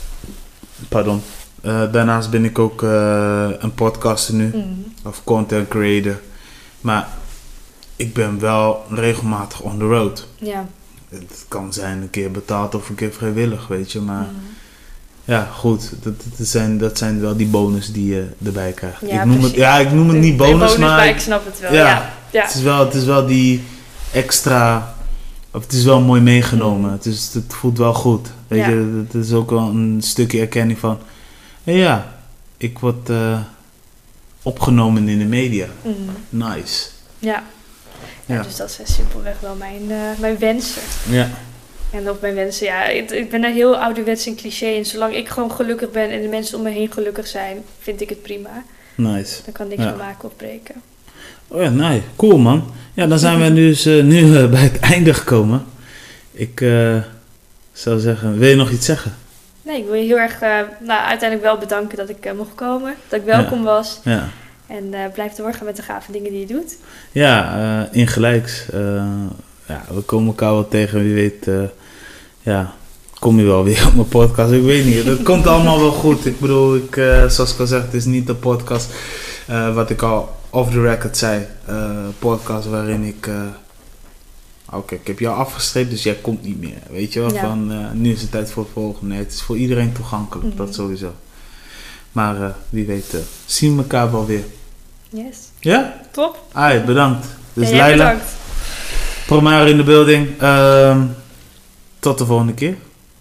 pardon. Uh, daarnaast ben ik ook uh, een podcaster nu. Mm-hmm. Of content creator. Maar ik ben wel regelmatig on the road. Ja. Het kan zijn een keer betaald of een keer vrijwillig, weet je. Maar mm-hmm. ja, goed. Dat, dat, zijn, dat zijn wel die bonus die je erbij krijgt. Ja, ik noem het, ja, ik noem het niet bonus, bonus maar... maar ik snap het wel, ja. ja. ja. Het, is wel, het is wel die extra... Of het is wel mooi meegenomen. Mm-hmm. Het, is, het voelt wel goed. Weet ja. je, het is ook wel een stukje erkenning van... Hey, ja, ik word uh, opgenomen in de media. Mm-hmm. Nice. Ja. Ja, ja. Dus dat is simpelweg wel mijn, uh, mijn wensen. Ja. En op mijn wensen, ja, ik, ik ben daar heel ouderwets en cliché in. Zolang ik gewoon gelukkig ben en de mensen om me heen gelukkig zijn, vind ik het prima. Nice. Dan kan niks ja. van maken of breken. Oh ja, nee, cool man. Ja, dan zijn we dus uh, nu uh, bij het einde gekomen. Ik uh, zou zeggen, wil je nog iets zeggen? Nee, ik wil je heel erg, uh, nou, uiteindelijk wel bedanken dat ik uh, mocht komen. Dat ik welkom ja. was. Ja. En uh, blijf doorgaan met de gave dingen die je doet. Ja, uh, ingelijks. Uh, ja, we komen elkaar wel tegen, wie weet... Uh, ja, kom je wel weer op mijn podcast. Ik weet niet, het komt allemaal wel goed. Ik bedoel, ik, uh, zoals ik al zeg, het is niet de podcast uh, wat ik al off the record zei. Uh, podcast waarin ik... Uh, Oké, okay, ik heb jou afgestreept, dus jij komt niet meer. Weet je wel, ja. van uh, nu is het tijd voor het volgende. Nee, het is voor iedereen toegankelijk, mm-hmm. dat sowieso. Maar uh, wie weet, uh, zien we elkaar wel weer. Yes. Ja? Top. Ai, bedankt. Dus ja, Leila, bedankt. Promare in de building. Uh, tot de volgende keer.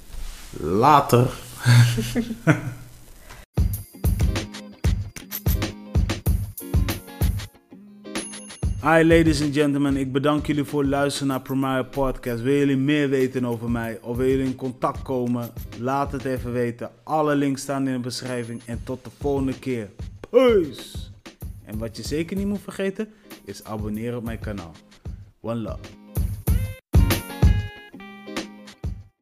Later. Hi ladies and gentlemen, ik bedank jullie voor het luisteren naar Promare Podcast. Wil jullie meer weten over mij of wil jullie in contact komen? Laat het even weten. Alle links staan in de beschrijving en tot de volgende keer. Peace! En wat je zeker niet moet vergeten is abonneren op mijn kanaal. One love.